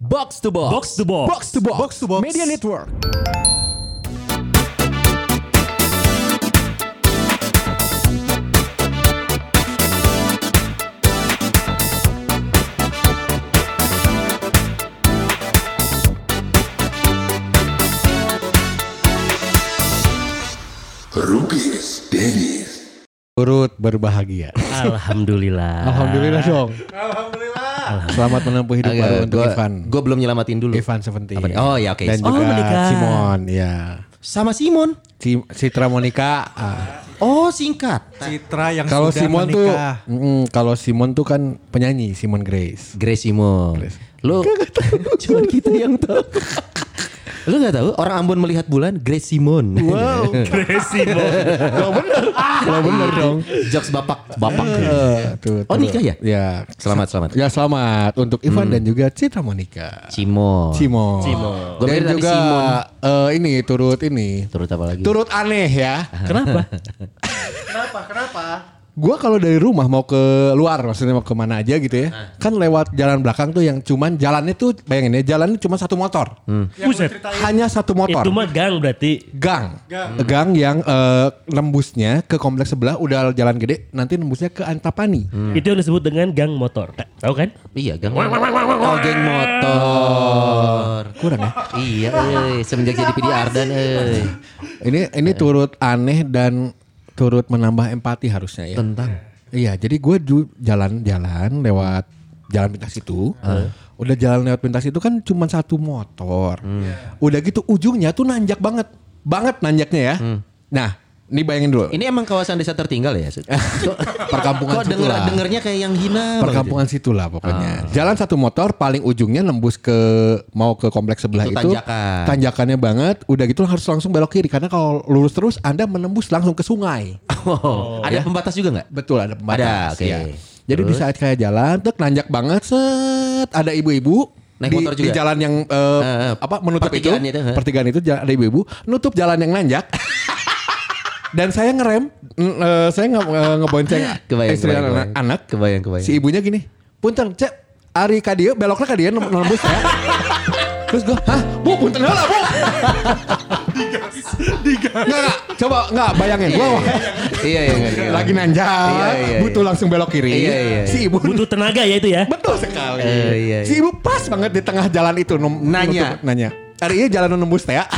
Box to Box. Box to Box. Box to Box. Box to Box. Media Network. Rubis Dennis. Turut berbahagia. Alhamdulillah. Alhamdulillah dong. Selamat menempuh hidup baru untuk Ivan. Gue belum nyelamatin dulu. Ivan Seventeen. Oh ya oke. Dan Oh, juga menikah. Simon. Ya. Sama Simon. Citra Monica. Oh singkat. Citra yang Kalau sudah Simon menikah. kalau Simon tuh kan penyanyi, Simon Grace. Grace Simon. Lu cuman kita yang tahu. Lu gak tahu orang Ambon melihat bulan Grace Simon. Wow. Simon. Kalau bener dong. Jokes bapak. Tuh. Nikah ya? Ya. Selamat. Ya selamat untuk Ivan dan juga Citra Monica. Simon. Gue Gua dan pikir tadi juga Simon. Turut Turut apa lagi? Turut aneh ya. Kenapa? Kenapa? Gue kalau dari rumah mau ke luar, maksudnya mau kemana aja gitu ya, kan lewat jalan belakang tuh yang cuman jalannya tuh bayangin ya, jalannya cuma satu motor, Buset. hanya satu motor, Itu mah gang berarti. gang yang nembusnya ke kompleks sebelah udah jalan gede, nanti nembusnya ke Antapani. Itu yang disebut dengan gang motor. Tahu kan? Iya, gang. Oh, geng motor. Kurang ya? Iya, semenjak jadi PD Ardan, Ini turut aneh dan turut menambah empati harusnya ya. Tentang. Iya, jadi gue jalan-jalan lewat jalan pintas itu. Udah jalan lewat pintas itu kan cuma satu motor. Udah gitu ujungnya tuh nanjak banget. Banget nanjaknya ya. Nah, ini bayangin dulu. Ini emang kawasan desa tertinggal ya? Perkampungan Kok situ lah. dengernya kayak yang hina. Perkampungan situ lah pokoknya. Jalan satu motor paling ujungnya nembus mau ke kompleks sebelah Itu itu. tanjakan. Tanjakannya banget. Udah gitu harus langsung belok kiri. Karena kalau lurus terus Anda menembus langsung ke sungai. Ada pembatas juga nggak? Betul ada pembatas. Ada, oke. Ya. Jadi di saat kayak jalan tuh nanjak banget set. Ada ibu-ibu. Naik motor Di juga? jalan yang menutup pertigaan itu. itu, Pertigaan itu ada ibu-ibu. Nutup jalan yang nanjak. Dan saya ngerem, saya ngebonceng istri Kebayang. anak. Kebayang. Si ibunya gini, punten cek, Ari kadia beloknya kadia nembus ya. Terus gue, hah bu punten heula bu. Enggak, coba enggak bayangin gue Iya. lagi nanjak, Iya. butuh langsung belok kiri. Iya. Si ibu Butuh tenaga ya itu ya. betul sekali. Iya. Si ibu pas banget di tengah jalan itu Nanya. nanya. Ari iya jalan nembus teh ya.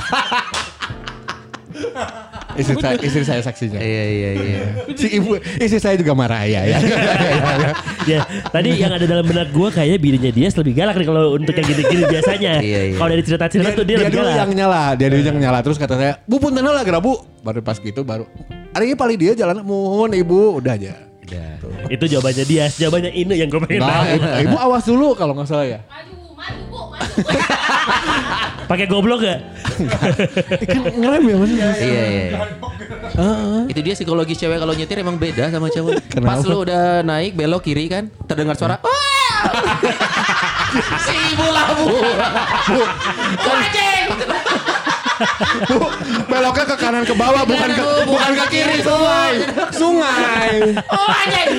Istri saya saksinya. Iya. Si ibu, istri saya juga marah ya. Ya, tadi yang ada dalam benak gue kayaknya bininya dia lebih galak nih kalau untuk yang gini-gini biasanya. Iya. Kalau dari cerita-cerita tuh dia lebih dulu galak. yang nyala, dia dulu yang nyala. Terus kata saya, bu punten lah gerak bu. Baru pas gitu hari ini paling dia jalan mohon ibu udah aja. Itu jawabannya dia, jawabannya ini yang gue pengen Nah, tahu. ibu awas dulu kalau nggak salah ya. Maju bu. Pakai goblok gak? Kan ngerem ya maksudnya. Iya. Itu dia psikologi cewek kalau nyetir emang beda sama cowok. Kenapa? Pas lu udah naik belok kiri kan, terdengar suara. Wah! Si ibu lah bu. Anjing. Bu, beloknya ke kanan ke bawah bukan ke kiri sungai. Oh anjing.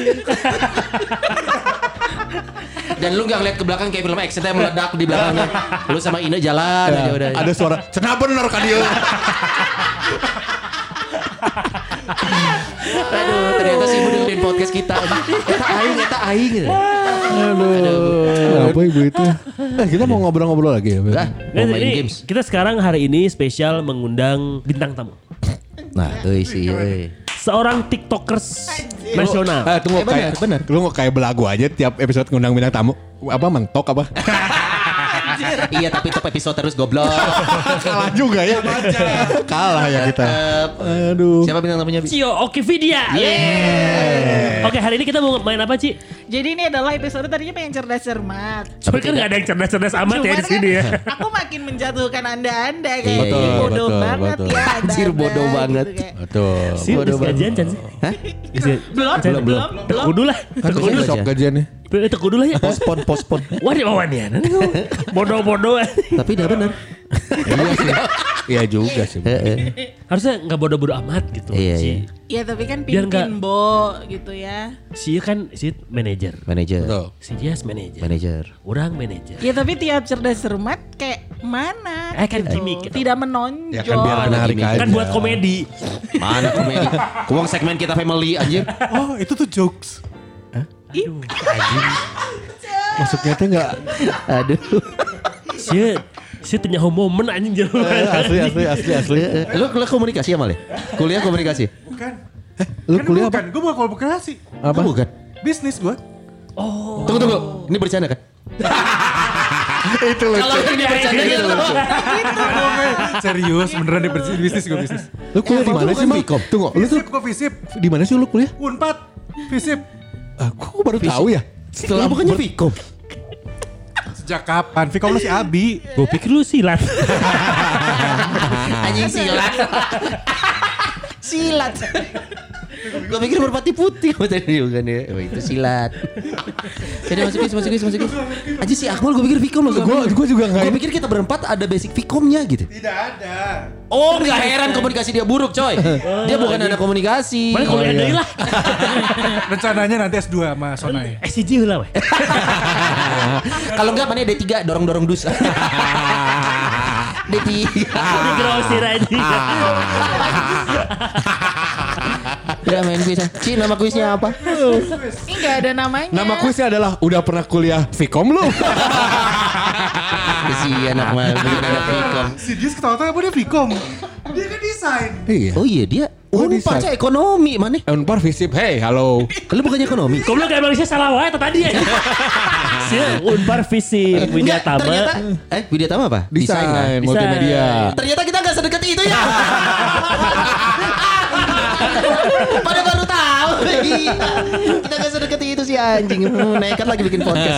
Dan lu gak ngeliat ke belakang kayak film action meledak di belakangnya. Lu sama Ine jalan aja udah. Ada suara, cenah bener kan dia. Aduh, ternyata si ibu dengerin podcast kita. Eta aing. Aduh. Apa ibu itu? Kita mau ngobrol-ngobrol lagi ya. Lah, mau Nah, main ini games. kita sekarang hari ini spesial mengundang bintang tamu. Nah, euy. Seorang TikTokers nasional. Tunggu benar. Lu kayak belagu aja tiap episode ngundang bintang tamu. Apa mentok apa? Iya, tapi top episode terus goblok. Kalah juga ya. Kalah ya kita. Aduh. Siapa bintang tamunya? Cio Oke Vidya. Oke, hari ini kita mau main apa, Ci? Jadi ini adalah episode tadinya pengen cerdas cermat. Tapi kan gak ada yang cerdas-cerdas amat ya di sini ya. Aku makin menjatuhkan anda kayak Betul, bodoh betul, banget betul. ya. Anjir, bodoh banget. kayak. Betul. Si gajian Chan sih. Hah? Belum. Tekudu lah. Kan Tekudu besok aja. gajiannya. Tekudu lah ya. Pospon. Wah di bawah nih. Bodoh-bodoh. Tapi udah benar. Iya sih. Iya juga sih. harusnya nggak bodoh-bodoh amat gitu. Iya, si, iya. Ya tapi kan Biar nggak- pimpin Bo gitu ya. si kan si manajer, Manajer. Betul. si dia manajer, Manajer. orang manajer. Ya tapi tiap cerdas cermat kayak mana Kan gitu. gimmick gitu. Tidak menonjol. Ya kan biar menarik gimmick. aja. Kan buat komedi. Mana komedi? Uang segmen kita family anjir. Oh itu tuh jokes. Aduh, anjing. Masuknya tuh enggak Aduh. Si tanya momen anjing jauh. asli. Lu komunikasi ya Mal ya? Kuliah komunikasi? Bukan. Lu Kan kuliah bukan. apa? Gue mau komunikasi. Apa? Bukan. Bisnis gue. Tunggu. Ini bercanda kan? Itu lucu. Kalau ini bercanda gitu. Serius beneran di bisnis gue bisnis. Lu kuliah di mana sih, Mal? Tunggu, lu tuh Visip gue visip. di mana sih lu kuliah? Unpad. Visip. Aku baru tahu ya. Setelah bukannya Vicom. Sejak kapan? Vkom lu si Abi. Gue pikir lu silat. Anjing silat. Silat. Gue pikir merpati putih tadi bukan ya. Oh, itu silat. Jadi masuk. Anjing si Akmal gue pikir Vicom loh. Gue juga enggak. Gue pikir kita berempat ada basic Vicomnya gitu. Tidak ada. Oh nggak heran komunikasi dia buruk coy. Dia bukan anak komunikasi. Mana kuliah deui lah. Rencananya nanti S2 sama Sonai. SCG lah weh. Kalau enggak mana D3 dorong dus. D3. Udah grosir anjing. Ya main kuis. Ci nama kuisnya apa? Ini gak ada namanya. Nama kuisnya adalah udah pernah kuliah Vkom lu? Kesian Akmal bukan anak Vicom. Si Dias ketawa-tawa apa dia Vkom? Dia kan desain. Iya. Oh iya dia Unpad desain. ekonomi mana? Unpar visip. Hey, halo. Lu bukannya ekonomi? Goblok kayak Malaysia salah wae tadi ya. Si Unpar visi Enggak, Widyatama. ternyata Widyatama apa? Desain kan? multimedia. Ternyata kita gak sedekat itu ya. Pada baru tahu. Iya. Kita gak sedekat itu sih anjing. Nekat lagi bikin podcast.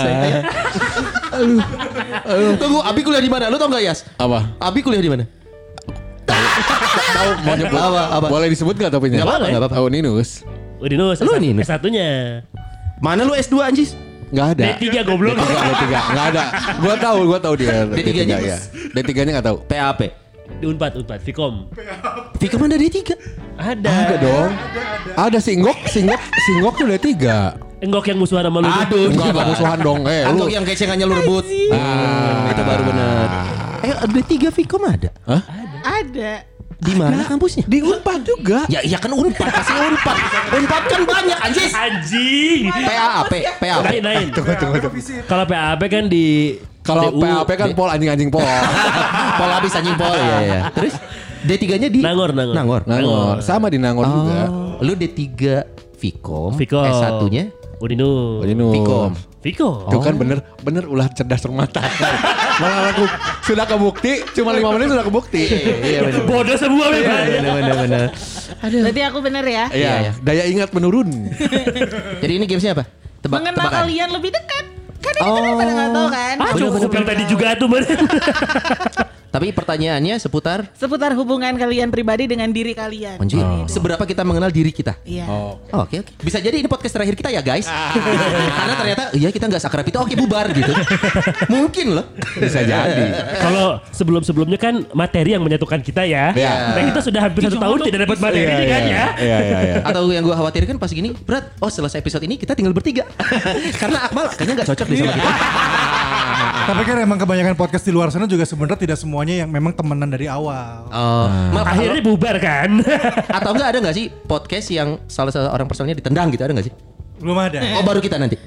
Tunggu, Abi kuliah di mana? Lu tau gak Yas? Apa? Abi kuliah di mana? Tahu mau nyebut? Apa? Boleh disebut gak topiknya? Gak apa-apa, gak apa-apa. Oh, Ninus. Udinus. Lu Ninus? S1-nya. Mana lu S2 anjis? Gak ada. D3 goblok. D3. Gak ada. Gua tahu dia. D3-nya ya. D3-nya gak tahu. PAP. Di Unpad, Vkom. Vicom ada D3. Ada. Ada dong. Ada Singgok tuh udah 3. Enggok yang musuhan sama lu. Aduh, Enggak musuhan dong. Anggok Lu. yang kecengannya lu rebut. Itu baru bener. D3 Vicom ada? Ada. Di mana kampusnya? Di Unpad juga. Ya iya kan Unpad, pasti Unpad. Unpad kan banyak anjis. Anjing. PAP. Nain. Tunggu. Kalau PAP kan di Kalau DU. PAP kan pol anjing pol. Pol habis anjing pol. Iya. Terus D3-nya di Nangor. Nangor. Sama di Nangor juga. Lu D3 Vicom. Vkom. S1-nya Udinus. Vicom. Vkom. Itu kan bener ulah cerdas cermata. Malah aku sudah kebukti, cuma 5 menit sudah kebukti. Iya benar. Bodoh semua memang. Benar. Berarti aku bener ya. Iya, daya ingat menurun. Jadi ini gamesnya apa? Mengenal Tebakan. kalian lebih dekat. Kan ini kan pada gak tahu kan. Ah, cukup yang tadi juga tuh man. Tapi pertanyaannya seputar Seputar hubungan kalian pribadi dengan diri kalian. Anjir, seberapa kita mengenal diri kita? Iya. Oke. Bisa jadi ini podcast terakhir kita ya guys. Karena ternyata iya kita nggak sakrap itu. Oke bubar gitu. Mungkin loh. Bisa jadi. Kalau sebelum-sebelumnya kan materi yang menyatukan kita ya. Iya. Nah kita sudah hampir 1 tahun tidak dapat materi ini kan ya. Iya. Atau yang gue khawatirkan pas gini, berat. Oh selesai episode ini kita tinggal bertiga. Karena Akmal kayaknya nggak cocok deh sama kita. Tapi kan emang kebanyakan podcast di luar sana juga sebenarnya tidak semuanya yang memang temenan dari awal. Oh, Mal, Akhirnya bubar kan. atau enggak ada nggak sih podcast yang salah satu orang personalnya ditendang gitu ada nggak sih? Belum ada. Oh baru kita nanti.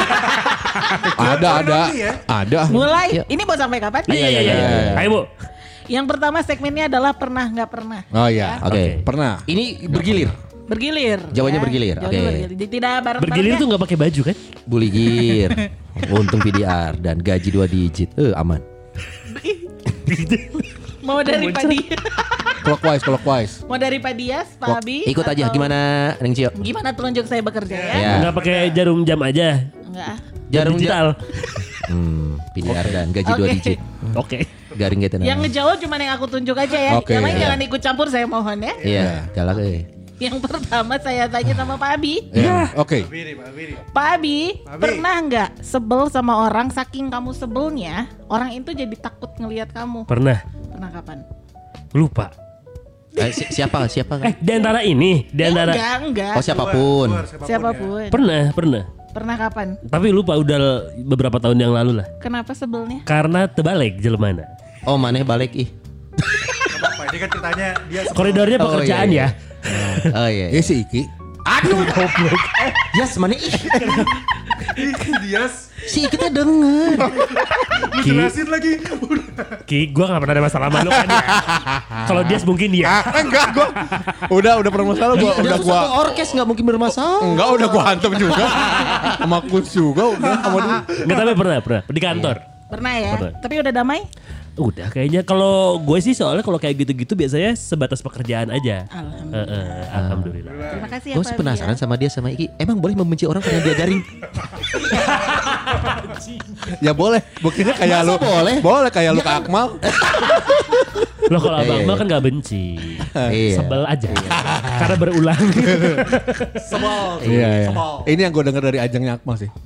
Ada. Mulai. Iya. Ini mau sampai kapan? Iya. Ayo Bu. Yang pertama segmennya adalah pernah nggak pernah. Oh iya. Oke. Pernah. Ini bergilir. Bergilir. Jawabannya bergilir, Jawabannya oke. bergilir. Jadi tidak bareng. Bergilir tuh gak pakai baju kan? Buligir. Untung PDR dan gaji 2 digit. Aman. Mau dari Pak Dias. Clockwise. Mau dari Pak Dias, Pak Abi. Ikut aja atau- gimana Neng Cio? Gimana telunjuk saya bekerja ya? Ya. Gak pakai jarum jam aja. Enggak. Jarum digital. PDR dan gaji 2 Oke. digit. Oke. Garing gitu Yang ngejawab cuma yang aku tunjuk aja ya. Oke. Yang lain Iya. jangan ikut campur saya mohon ya. Iya, galak Yang pertama saya tanya sama Pak Abi. Ya. Oke. Pak Abi, pernah nggak sebel sama orang saking kamu sebelnya orang itu jadi takut ngelihat kamu? Pernah. Pernah kapan? Lupa. Siapa? Di antara ini, di antara Enggak. Oh siapapun. Siapapun. pernah. Pernah kapan? Tapi lupa udah beberapa tahun yang lalu lah. Kenapa sebelnya? Karena terbalik jelmana. Oh maneh balik ih. Apa ini kan ceritanya dia Koridornya Oh, pekerjaan iya, ya. Oh iya. Ya si Iki. Aduh goblok. Yes maneh ih. dia Si kita denger. lu jelasin lagi. Ki, gue gak pernah ada masalah sama lu kan ya. Kalau dia mungkin dia. Enggak gua. Udah pernah masalah gua. Udah gua. Satu orkes nggak mungkin bermasalah. Enggak udah gua hantem juga. Sama Kus juga udah sama dia. Nggak, tapi pernah di kantor. Pernah ya? Pernah. Tapi udah damai? Udah kayaknya kalau gue sih soalnya kalau kayak gitu-gitu biasanya sebatas pekerjaan aja. Alhamdulillah. Terima kasih ya Gue Pak Abi penasaran ya. sama dia sama Iki. Emang boleh membenci orang karena dia garing? Ya boleh. Buktinya kayak Masa lu. boleh? Boleh kayak lu Ya ke kan? Akmal. Loh kalau Iya, Abang iya. Mal kan gak benci. Iya. Sebel aja. Karena berulang. Iya. Ini yang gue denger dari ajangnya Akmal sih.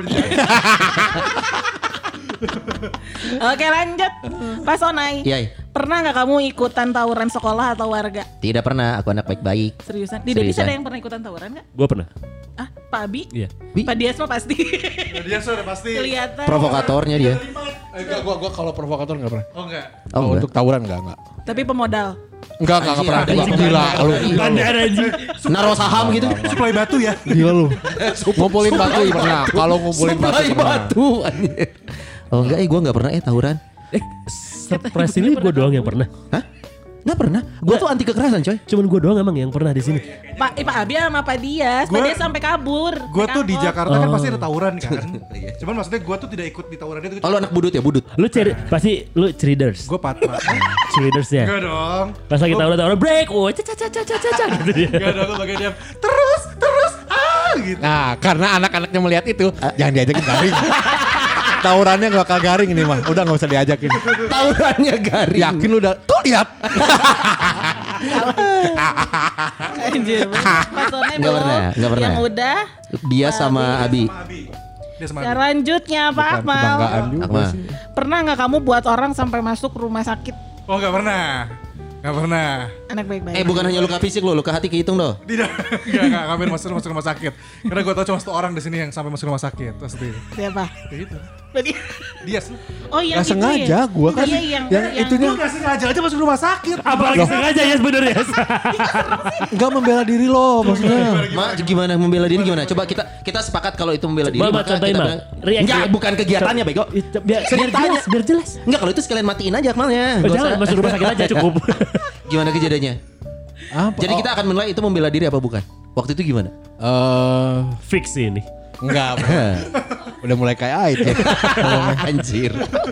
Oke lanjut. Pak Sonai. Iya. Pernah nggak kamu ikutan tawuran sekolah atau warga? Tidak pernah. Aku anak baik-baik. Seriusan? Di Dedis Seriusan. ada yang pernah ikutan tawuran nggak? Gue pernah. Ah, Pak Abi? Iya. Pak Dias mah pasti. Dia sudah pasti. Kelihatan. Provokatornya dia. Enggak gua kalau provokator enggak pernah. Oh enggak. Oh, Kalau enggak. untuk tawuran enggak. Tapi pemodal. Enggak Anjir, pernah. ada yang Gila bandar. lu. Bandar aja. Naruh saham gitu. Suplai batu ya. Gila lu. Ngumpulin batu pernah. Kalau ngumpulin batu Suplai pernah. batu. anjir. Oh enggak, gue enggak pernah tawuran. Surprisingly gue doang yang pernah. Hah? Enggak pernah. Gue tuh anti kekerasan, coy. Cuman gue doang emang yang pernah di sini. Pak Abi sama Pak Dias. Pak Gua- Dias sampai kabur. Gue tuh di Kantor. Jakarta kan pasti ada tawuran kan. Cuman maksudnya gue tuh tidak ikut di tawuran itu. Oh lu anak budut ya, budut. Lu pasti lu cheerleaders. Gue patra. Cheerleaders ya. Enggak dong. Pas lagi tawuran break, caca gitu dia. Enggak dong, gue bagian diam. Terus gitu. Nah, karena anak-anaknya melihat itu, jangan diajakin garing. Tawurannya gak bakal garing ini mah. Udah gak usah diajakin. Tawurannya garing. Yakin lu udah. Tuh lihat. Anjir. Pak Sonai Nggak belum. pernah, nggak pernah. Yang udah. Dia sama Abi. Sama Abi. Dia sama Abi. Selanjutnya Pak Bukan Akmal. kebanggaan juga Akmal. sih. Pernah nggak kamu buat orang sampai masuk rumah sakit? Oh enggak pernah. Enggak pernah. Anak baik-baik. Bukan hanya luka fisik lu, luka hati kehitung doh. Tidak. Enggak ngapain masuk rumah sakit. Karena gue tau cuma satu orang di sini yang sampai masuk rumah sakit. Pasti. Siapa? Kayak gitu. Berarti. Dia Oh yang Gak itu sengaja ya? gue kan. Iya yang itunya Lu gak sengaja aja masuk rumah sakit. Apalagi sengaja ya sebenarnya. gak membela diri lo maksudnya. Ma, gimana membela diri gimana? Coba kita sepakat kalau itu membela diri. Mama, maka contohin, kita Ma. bilang, Reaksi. enggak, bukan kegiatannya, bego. Biar jelas. Enggak, kalau itu sekalian matiin aja Akmalnya. Nggak Jangan usah. masuk rumah sakit aja cukup. Gimana kejadiannya? Apa? Jadi kita akan menilai itu membela diri apa bukan? Waktu itu gimana? Fix ini. Enggak. Udah mulai kayak Ait ya. Anjir.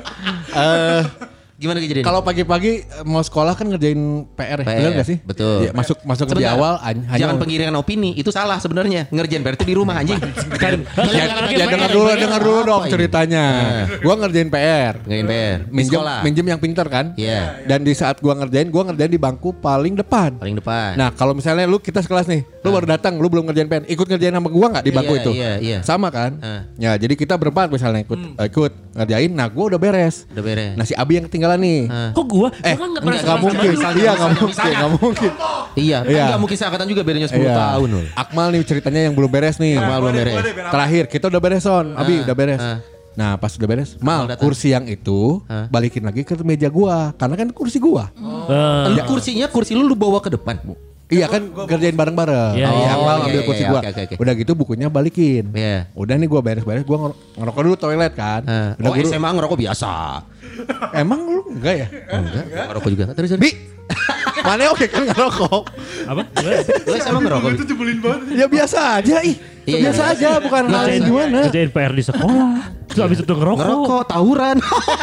Gimana kejadiannya? Kalau pagi-pagi mau sekolah kan ngerjain PR ya. PR, Bener gak sih? betul. Ya, masuk lebih Sebentar. awal Jangan penggiringan opini, itu salah sebenarnya. Ngerjain PR itu di rumah anjing. Kan Ya dengar dulu dong ceritanya. Gua ngerjain PR. Ngerjain PR. Di sekolah. Minjem yang pinter kan? Iya. Dan di saat gua ngerjain di bangku paling depan. Paling depan. Nah kalau misalnya kita sekelas nih, lu baru datang, lu belum ngerjain PR, ikut ngerjain sama gua nggak di bangku Iya, itu? iya. Sama kan? Ah. Ya jadi kita berempat misalnya ikut ngerjain, nah gua udah beres. Udah beres. Nah si Abi yang ketinggalan nih. Kok gua kan nggak pernah Nggak mungkin, Misalnya, iya nggak misalnya. mungkin. Iya, kan Iya. nggak mungkin seangkatan juga bedanya 10 Iya. tahun loh. Akmal nih ceritanya yang belum beres nih. Akmal belum beres. Terakhir kita udah beres Son, Abi udah beres. ah. Nah pas udah beres, Mal datang. kursi yang itu balikin lagi ke meja gua, karena kan kursi gua. Lu kursi lu bawa ke depan. Iya kan kerjain bareng-bareng. Iya, Jadi iya, Akmal iya, ambil iya, kursi iya, gua. oke. Udah gitu bukunya balikin. Iya. Udah nih gua beres-beres, gua ngerokok dulu toilet kan. Udah Oh SMA ngerokok biasa. Emang lu enggak ya? Enggak, ngerokok juga. Terus. Bi, mana oke kan ngerokok? Apa? Lu SMA ngerokok. Itu jebelin banget. Ya biasa aja ih. Iya, Biasa iya. aja bukan hal yang gimana. Kerjain PR di sekolah. Terus habis itu ngerokok. Ngerokok, tawuran.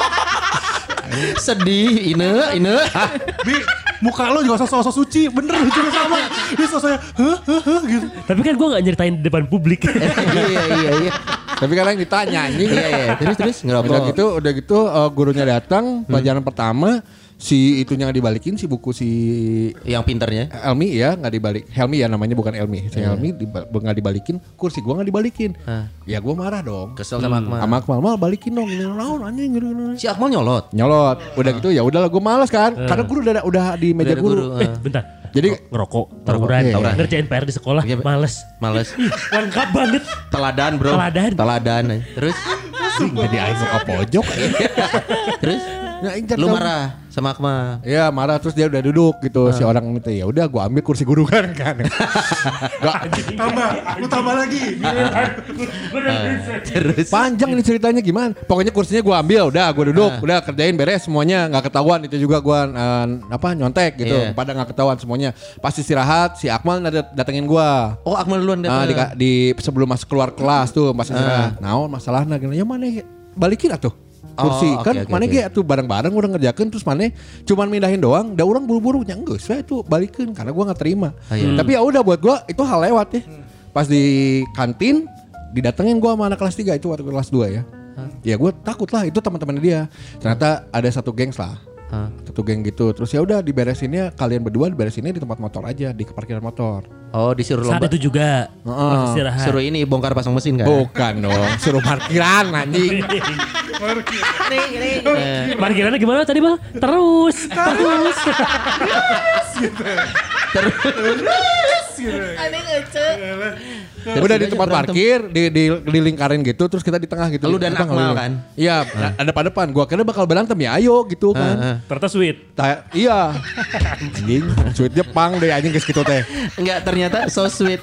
Sedih, ine. Bi, muka lo juga sosok suci, bener juga sama. Dia sosoknya, gitu. Tapi kan gue gak nyeritain di depan publik. Iya. Tapi kan yang ditanya anjing. Iya. Terus ngerokok. Udah gitu gurunya datang pelajaran pertama si itunya nggak dibalikin, si buku si Yang pinternya. Helmi ya nggak dibalik. Helmi ya namanya bukan Helmi. Si Helmi nggak dibalikin, kursi gua nggak dibalikin. Ya gua marah dong. Kesel sama Akmal. Sama Akmal, mal balikin dong. Ini naon anjing gini. Si Akmal nyolot. Udah gitu ya udahlah gua malas kan. Karena guru udah di meja Udah ada guru. guru. Bentar. Jadi Ngerokok, tawuran, Tawuran. ngerjain PR di sekolah, Iya, males. Males. Lengkap banget. Teladan bro. Teladan. Terus? jadi aing ke pojok. Terus? Ya, aing Lu tahu. marah sama Akmal. Ya marah terus dia udah duduk gitu si orang itu ya udah gua ambil kursi guru kan. Lu tambah lagi. Terus? Panjang ini ceritanya gimana? Pokoknya kursinya gua ambil, udah gua duduk, udah kerjain beres semuanya, nggak ketahuan itu juga gua nyontek gitu, Iya. pada nggak ketahuan semuanya. Pas istirahat si Akmal datengin gua. Oh Akmal duluan datang. Di sebelum masuk keluar kelas tuh pas istirahat. Naon masalahnya gini? Ya mana balikin atuh. Kursi Oh, kan oke, mana oke. ge atuh bareng-bareng udah ngerjakeun terus mana cuman mindahin doang, da urang buru-buru nya geus we tuh balikeun karena gua nggak terima. Iya. Tapi ya udah buat gua itu hal lewat ya. Pas di kantin didatengin gua sama anak kelas 3 itu waktu kelas 2 ya. Ya gua takut lah itu teman-teman dia. Ternyata ada satu gengs lah. Satu geng gitu. Terus ya udah diberesinnya kalian berdua diberesinnya di tempat motor aja, di parkiran motor. Oh disuruh Saat lomba. itu juga pas istirahat. Suruh ini bongkar pasang mesin kan? Bukan dong, suruh parkiran anjing. Parkirannya gimana tadi Bang? Terus. Aneh ece. Udah di tempat parkir, di lingkarin gitu, terus kita di tengah gitu. Lu dan Kita Akmal ngeliling. kan? Iya, ada pada depan. Gua kira bakal berantem ya, ayo gitu kan. Ternyata sweet. Iya. Anjing, sweet Jepang deh anjing geus kitu teh. Enggak ternyata so sweet.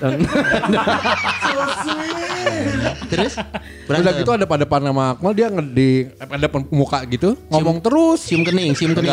Terus? Udah gitu ada pada depan sama Akmal dia ada muka gitu, ngomong terus. Cium kening.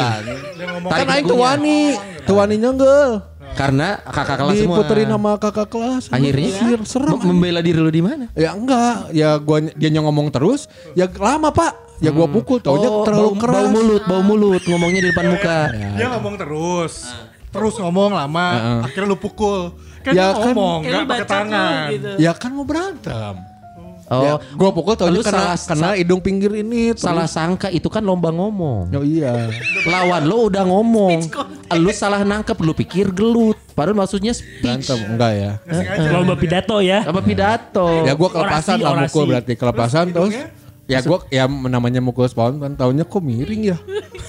Kan aing tuwani nyenggel. Karena kakak kelas semua. Diputerin sama kakak kelas. Akhirnya serem. membela diri lu di mana? Ya enggak, ya dia ngomong terus, ya lama Pak. Ya gua pukul, taunya terlalu keras. Bau mulut ngomongnya di depan muka. Dia ngomong terus. Terus ngomong lama, akhirnya lu pukul. Kan Ya dia kan. ngomong, Kayak gak lu pakai bacot tangan. lu gitu. Ya kan mau berantem. Oh, Ya, gua pukul taunya lu karena hidung pinggir ini. salah sangka itu kan lomba ngomong. Oh iya. Lawan lo udah ngomong. Lu salah nangkep, lu pikir gelut. Padahal maksudnya speech. Berantem enggak ya. Lomba pidato ya. Apa pidato? Ya gua kelepasan lah Orasi. mukul berarti kelepasan terus. Ya gua ya namanya mukul spontan taunya kok miring ya.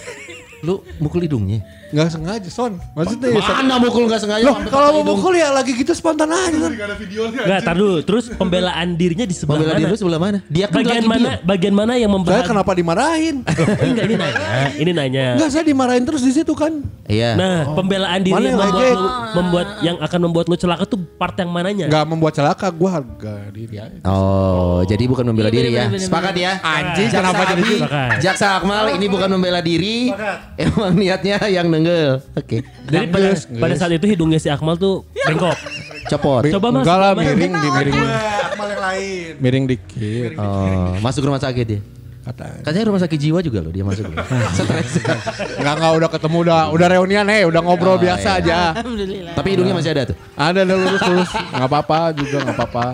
Lu mukul hidungnya. Enggak sengaja son. Maksudnya ya, Mana mukul gak sengaja? loh sampai kalau patah mau hidung? mukul ya lagi gitu spontan aja kan. Gak ada videonya. Enggak, tar dulu. Terus pembelaan dirinya di sebelah Membela diri mana? lu sebelah mana? Dia kan Bagian lagi mana? diam. Bagian mana yang Saya membahas? kenapa dimarahin? Enggak, ini nanya. Enggak, saya dimarahin terus di situ kan. Iya. Nah, pembelaan diri Mana yang yang membuat yang akan membuat lu celaka tuh part yang mananya? Enggak membuat celaka, gua harga diri aja. Oh, jadi bukan membela Iya, diri ya. bener-bener. Sepakat ya? Anjing, Jaksa kenapa jadi Abi, gitu? Jaksa Akmal ini bukan membela diri. Emang niatnya yang nenggel. Oke. Jadi pada saat itu hidungnya si Akmal tuh bengkok. Copot. Coba Mas. Enggak lah, coba, Mas. miring di miring. Akmal yang lain. Miring dikit Oh, masuk rumah sakit ya? katanya. Katanya rumah sakit jiwa juga loh dia masuk. Stres. Enggak udah ketemu udah reunian udah ngobrol biasa aja. Alhamdulillah. Tapi hidungnya masih ada tuh. Ada lurus. Enggak apa-apa juga enggak apa-apa.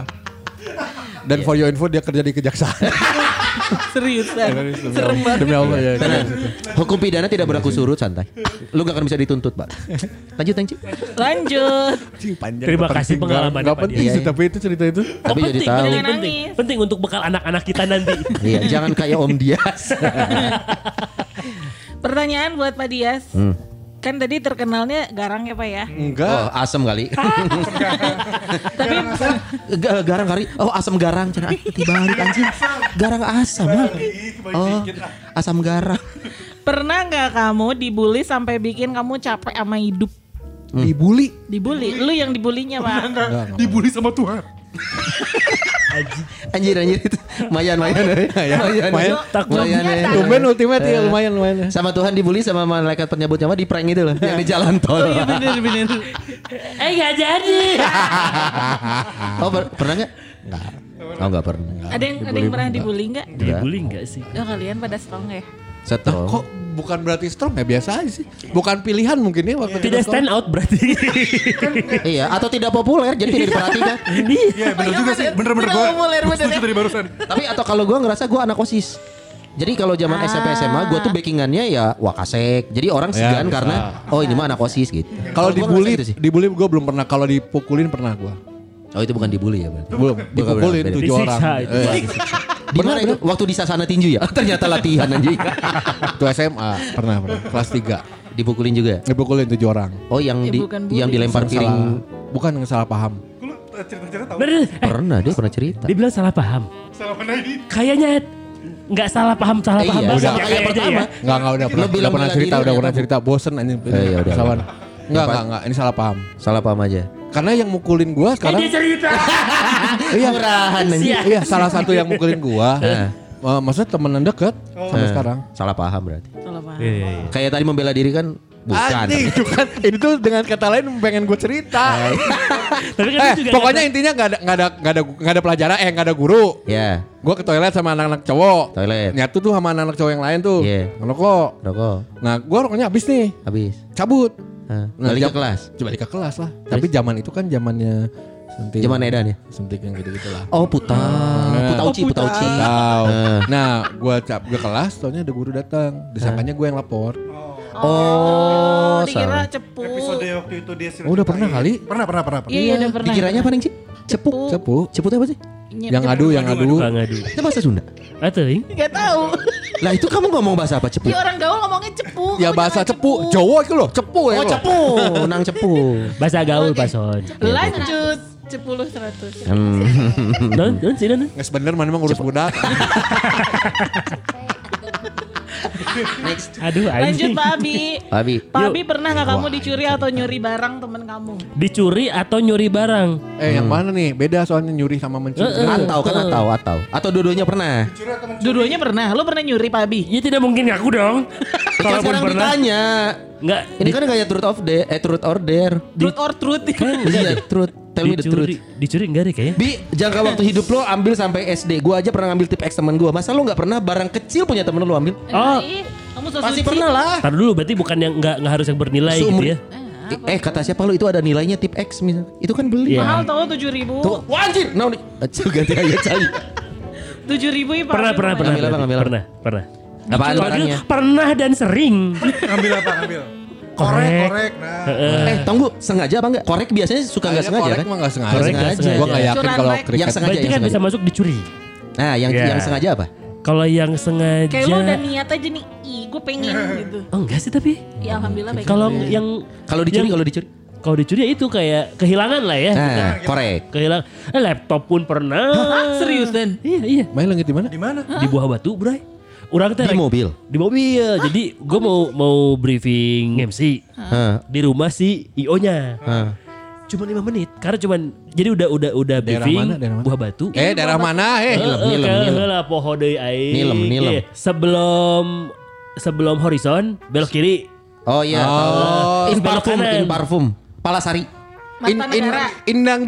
Dan for your info dia kerja di kejaksaan. Seriusan. Serem banget. Demi Allah ya. Karena hukum pidana tidak berlaku surut, santai. Lu gak akan bisa dituntut, Pak. Lanjut, Tengci. Lanjut. Terima kasih pengalamannya, Enggak Pak penting Dia. sih tapi itu cerita itu. Tapi jadi penting, tahu. penting, Jangan penting. nangis. Penting untuk bekal anak-anak kita nanti. Iya, jangan kayak Om Dias. Pertanyaan buat Pak Dias. Kan tadi terkenalnya garang ya Pak ya. Enggak. Oh, asam kali. Tapi Garang kali. Oh, asam garang. Cina dibalik anjing. Garang asam. ah. Oh, asam garang. pernah nggak kamu dibully sampai bikin kamu capek sama hidup? Dibully. Dibully? Lu yang dibulinya Pak. Dibully sama Tuhan. Anjir itu. Mayan. Mayan. Tumben ultimate ya lumayan. Sama Tuhan dibully sama malaikat penyambut nyawa di prank itu loh. Yang di jalan tol. Iya bener. Gak jadi. Oh, pernah nggak? Nggak. Oh, nggak pernah. Ada yang pernah dibully nggak? Dibully enggak sih? Oh, kalian pada strong ya? Strong. Kok bukan berarti strong ya biasa aja sih. Bukan pilihan mungkin ya waktu Tidak stand out berarti. Iya, atau tidak populer jadi tidak diperhatikan. Iya bener juga sih. Bener-bener gue. Bener, Setuju ya. tadi barusan. Tapi atau kalau gue ngerasa gue anak OSIS. Jadi kalau zaman SMP SMA gue tuh backingannya ya Wakasek. Jadi orang segan bisa. karena oh ini mah anak OSIS gitu. Kalau gua dibully, ngerasa gitu sih. dibully gue belum pernah. Kalau dipukulin pernah gue. Oh itu bukan dibully ya berarti. Belum. Dipukulin beda. 7 orang. Disiksa itu. Di mana itu? Waktu di Sasana Tinju ya? Ternyata latihan anjing. Itu SMA pernah. Kelas 3. Dipukulin juga. Dipukulin 7 orang. Oh yang Ya, di bukan bully. yang dilempar piring. Bukan yang salah paham. Lu cerita-cerita tahu? Bener. Pernah dia pernah cerita. Dia bilang salah paham. Salah mana ini? Kayaknya nggak salah paham Iya, banget. udah. Ya, Kayak pertama. Enggak Lo udah bilang pernah bela cerita, diri udah ya, pernah kamu? cerita. Bosen anjing. Ya udah. Sawan. Yang Enggak, ini salah paham. Salah paham aja. Karena yang mukulin gua sekarang Dia cerita. iya, Murahan anjing. iya salah satu yang mukulin gua. Maksudnya temenan deket sampai sekarang. Salah paham berarti. Salah paham. Iya. Kayak tadi membela diri kan bukan. Anjing, itu kan ini tuh dengan kata lain pengen gue cerita. Tapi kan dia juga Pokoknya intinya nggak ada pelajaran, nggak ada guru. Ya, Gue ke toilet sama anak-anak cowok. toilet. Nyatu tuh sama anak-anak cowok yang lain tuh. Iya. Ngerokok. Rokok. Nah, gue rokoknya habis nih. Habis. Cabut. Nah, Nah, balik ke jam- kelas. Coba ke kelas lah. Tapi zaman itu kan zamannya sentik. Zaman edan ya? Sentik yang gitu-gitu lah. Oh, Putauci. Tahu. Nah, gue kelas, soalnya ada guru datang. Disangkanya gue yang lapor. Oh, dikira salah. cepu. Episode waktu itu dia Oh, udah pernah kali? Pernah. Iya, udah pernah. Dikiranya apa nih, Cik? Cepu. Cepu. Cepu itu apa sih? Yang ngadu. Tukang ngadu. Itu bahasa Sunda. Atau ing? Gak tahu. Lah itu kamu ngomong bahasa apa? Cepu. Di orang gaul ngomongnya cepu. Ya Kamu bahasa jangan cepu. Jawa itu loh, cepu ya. Oh, loh. cepu. Nang cepu. Bahasa gaul pason. Lanjut. 10-100. Non sih non. Nggak bener mana emang urus budak. Aduh Lanjut anjing. Pak Abi. Abi. Pak Abi pernah gak kamu dicuri atau nyuri barang temen kamu? Dicuri atau nyuri barang? Yang mana nih? Beda soalnya nyuri sama mencuri. Atau dua-duanya pernah. Dua-duanya pernah. Lo pernah nyuri Pak Abi? Ya tidak mungkin ngaku dong. Kan Kalaupun sekarang pernah. ditanya. Enggak. Ini kan kayak truth order. Truth or truth? Iya, truth. Tell me the truth. Dicuri enggak deh kayaknya. Bi, jangka waktu hidup lo ambil sampai SD. Gua aja pernah ngambil tip X teman gua. Masa lo nggak pernah barang kecil punya temen lo ambil? Oh, Ih, kamu so Pasti suci. pernah lah. tar dulu berarti bukan yang enggak harus yang bernilai Seumur- gitu ya. Kata siapa lo itu ada nilainya tip X misal. Itu kan beli. Iya. Mahal tau 7.000. Tuh, wah, anjir. Nah, ganti ayat cari. 7.000 ya Pak Pernah, Abi pernah, pernah. Ngambil apa, ngambil apa? pernah. Apaan Kalau barangnya? gitu pernah dan sering. Ngambil apa? Ngambil. Korek. Korek. Nah. Tunggu, sengaja apa enggak? Korek biasnya suka nggak sengaja kan? Mah nggak sengaja. Korek nggak sengaja. Gue nggak yakin Curan kalau rek. kriket. Yang sengaja, Berarti yang kan bisa sengaja. masuk dicuri. Nah, yang Iya. yang sengaja apa? Kalau yang sengaja. Kayak lo udah niat aja nih. Ih, gue pengen gitu. Oh, enggak sih tapi. Ya alhamdulillah baik. Kalau yang Kalau dicuri, kalau dicuri ya itu kayak kehilangan lah ya. Nah, korek. Kehilangan. Laptop pun pernah. Serius Dan? Iya. Main langit di mana? Di mana? Di Buah Batu, Bray. Orang teh Di mobil. Di mobil. Jadi gue mau briefing MC Hah. di rumah si IO-nya. Hah. Cuma 5 menit. Karena cuman jadi udah Daerah briefing mana? Daerah mana? Buah Batu. Daerah mana? Nilem. Lah poho deui aing. Nilem. Iya. Sebelum horizon belok kiri. Oh iya. Oh. In Belok parfum, kanan. in parfum. Palasari. Mata negara. Indang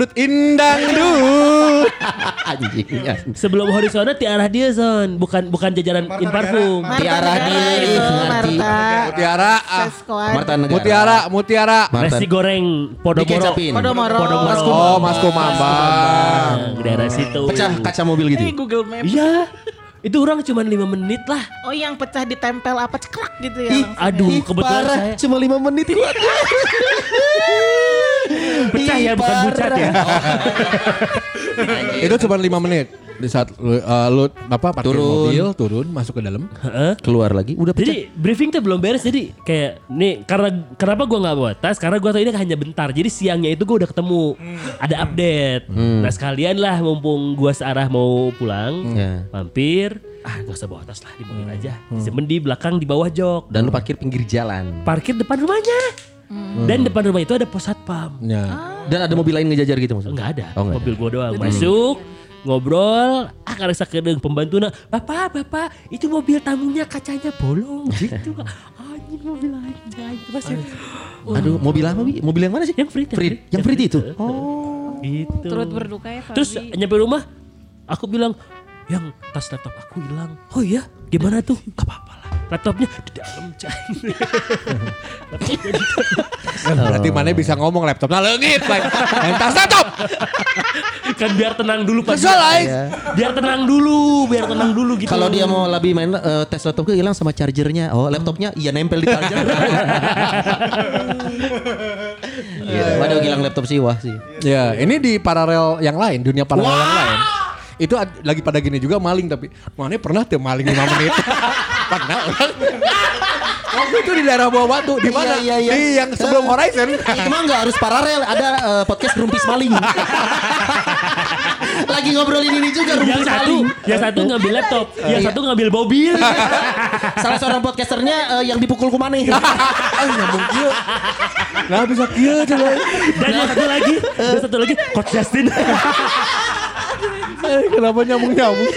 dut. Anjing. Sebelum horizonnya ti arah dia son, bukan jajaran Marta in parfum. Marta Tiara Negara dia, itu, ngerti. Marta. Mutiara. Seskoad. Marta Negara. Mutiara. Marta. Nasi goreng Podomoro. Dikecapin. Podomoro. Oh, Masko Mambang. Nah, daerah situ. Pecah kaca mobil gitu. Ini Google Map. Iya. Itu orang cuma 5 menit lah. Oh yang pecah ditempel apa ceklak gitu ya. Ih, langsung. Aduh, Ih, kebetulan parah. saya Cuma 5 menit. pecah ya, bukan bucat ya. Itu cuma 5 menit. Di saat lu parkir Turun. mobil, turun, masuk ke dalam. Heeh. Keluar lagi. Udah pecah. Jadi briefing tuh belum beres, jadi kayak nih karena kenapa gue nggak bawa tas, karena gue tahu ini hanya bentar, jadi siangnya itu gue udah ketemu ada update. Nah sekalian lah mumpung gue searah mau pulang, Ya. mampir, nggak usah bawa tas lah, di mobil aja, disimpen di belakang di bawah jok, Dan lu parkir pinggir jalan. parkir depan rumahnya, dan depan rumah itu ada pos satpam, Ya. Dan ada mobil lain ngejajar gitu maksudnya? nggak ada, Oh, nggak mobil gue doang masuk. Ngobrol, karena sakedeng pembantuna, bapak, itu mobil tamunya kacanya bolong gitu. Anjing mobil aja, masih Aduh, mobil apa, Bi? Mobil yang mana sih? yang free, Yang free itu. Oh, gitu. Turut berduka ya Fabi. Terus nyampe rumah, aku bilang, yang tas laptop aku hilang. Oh iya, gimana tuh? Gak apa-apa lah. Laptopnya di dalam cai. Laptopnya di dalam. Berarti mana bisa ngomong laptopnya leungit. Entas laptop. Kan biar tenang dulu Pak. Kesel aing. Biar tenang dulu gitu. Kalau dia mau lebih main tes laptopnya hilang sama chargernya. Oh, laptopnya iya nempel di charger. Iya, waduh hilang laptop sih wah sih. Ya, ini di paralel yang lain, dunia paralel yang lain. Itu lagi pada gini juga maling tapi mana pernah tuh maling 5 menit. Pernah orang. Waktu itu di daerah Bawah Batu di mana? Iya. Di yang sebelum Horizon. Cuma nggak harus paralel, ada podcast Rumpis Maling. Lagi ngobrolin ini juga Rumpis Maling. Yang satu ngambil laptop, yang satu ngambil mobil. Salah seorang podcasternya yang dipukul kumane. Nyambung kieu. Nah bisa kieu coba. Dan yang satu lagi Coach Justin. Kenapa nyambung?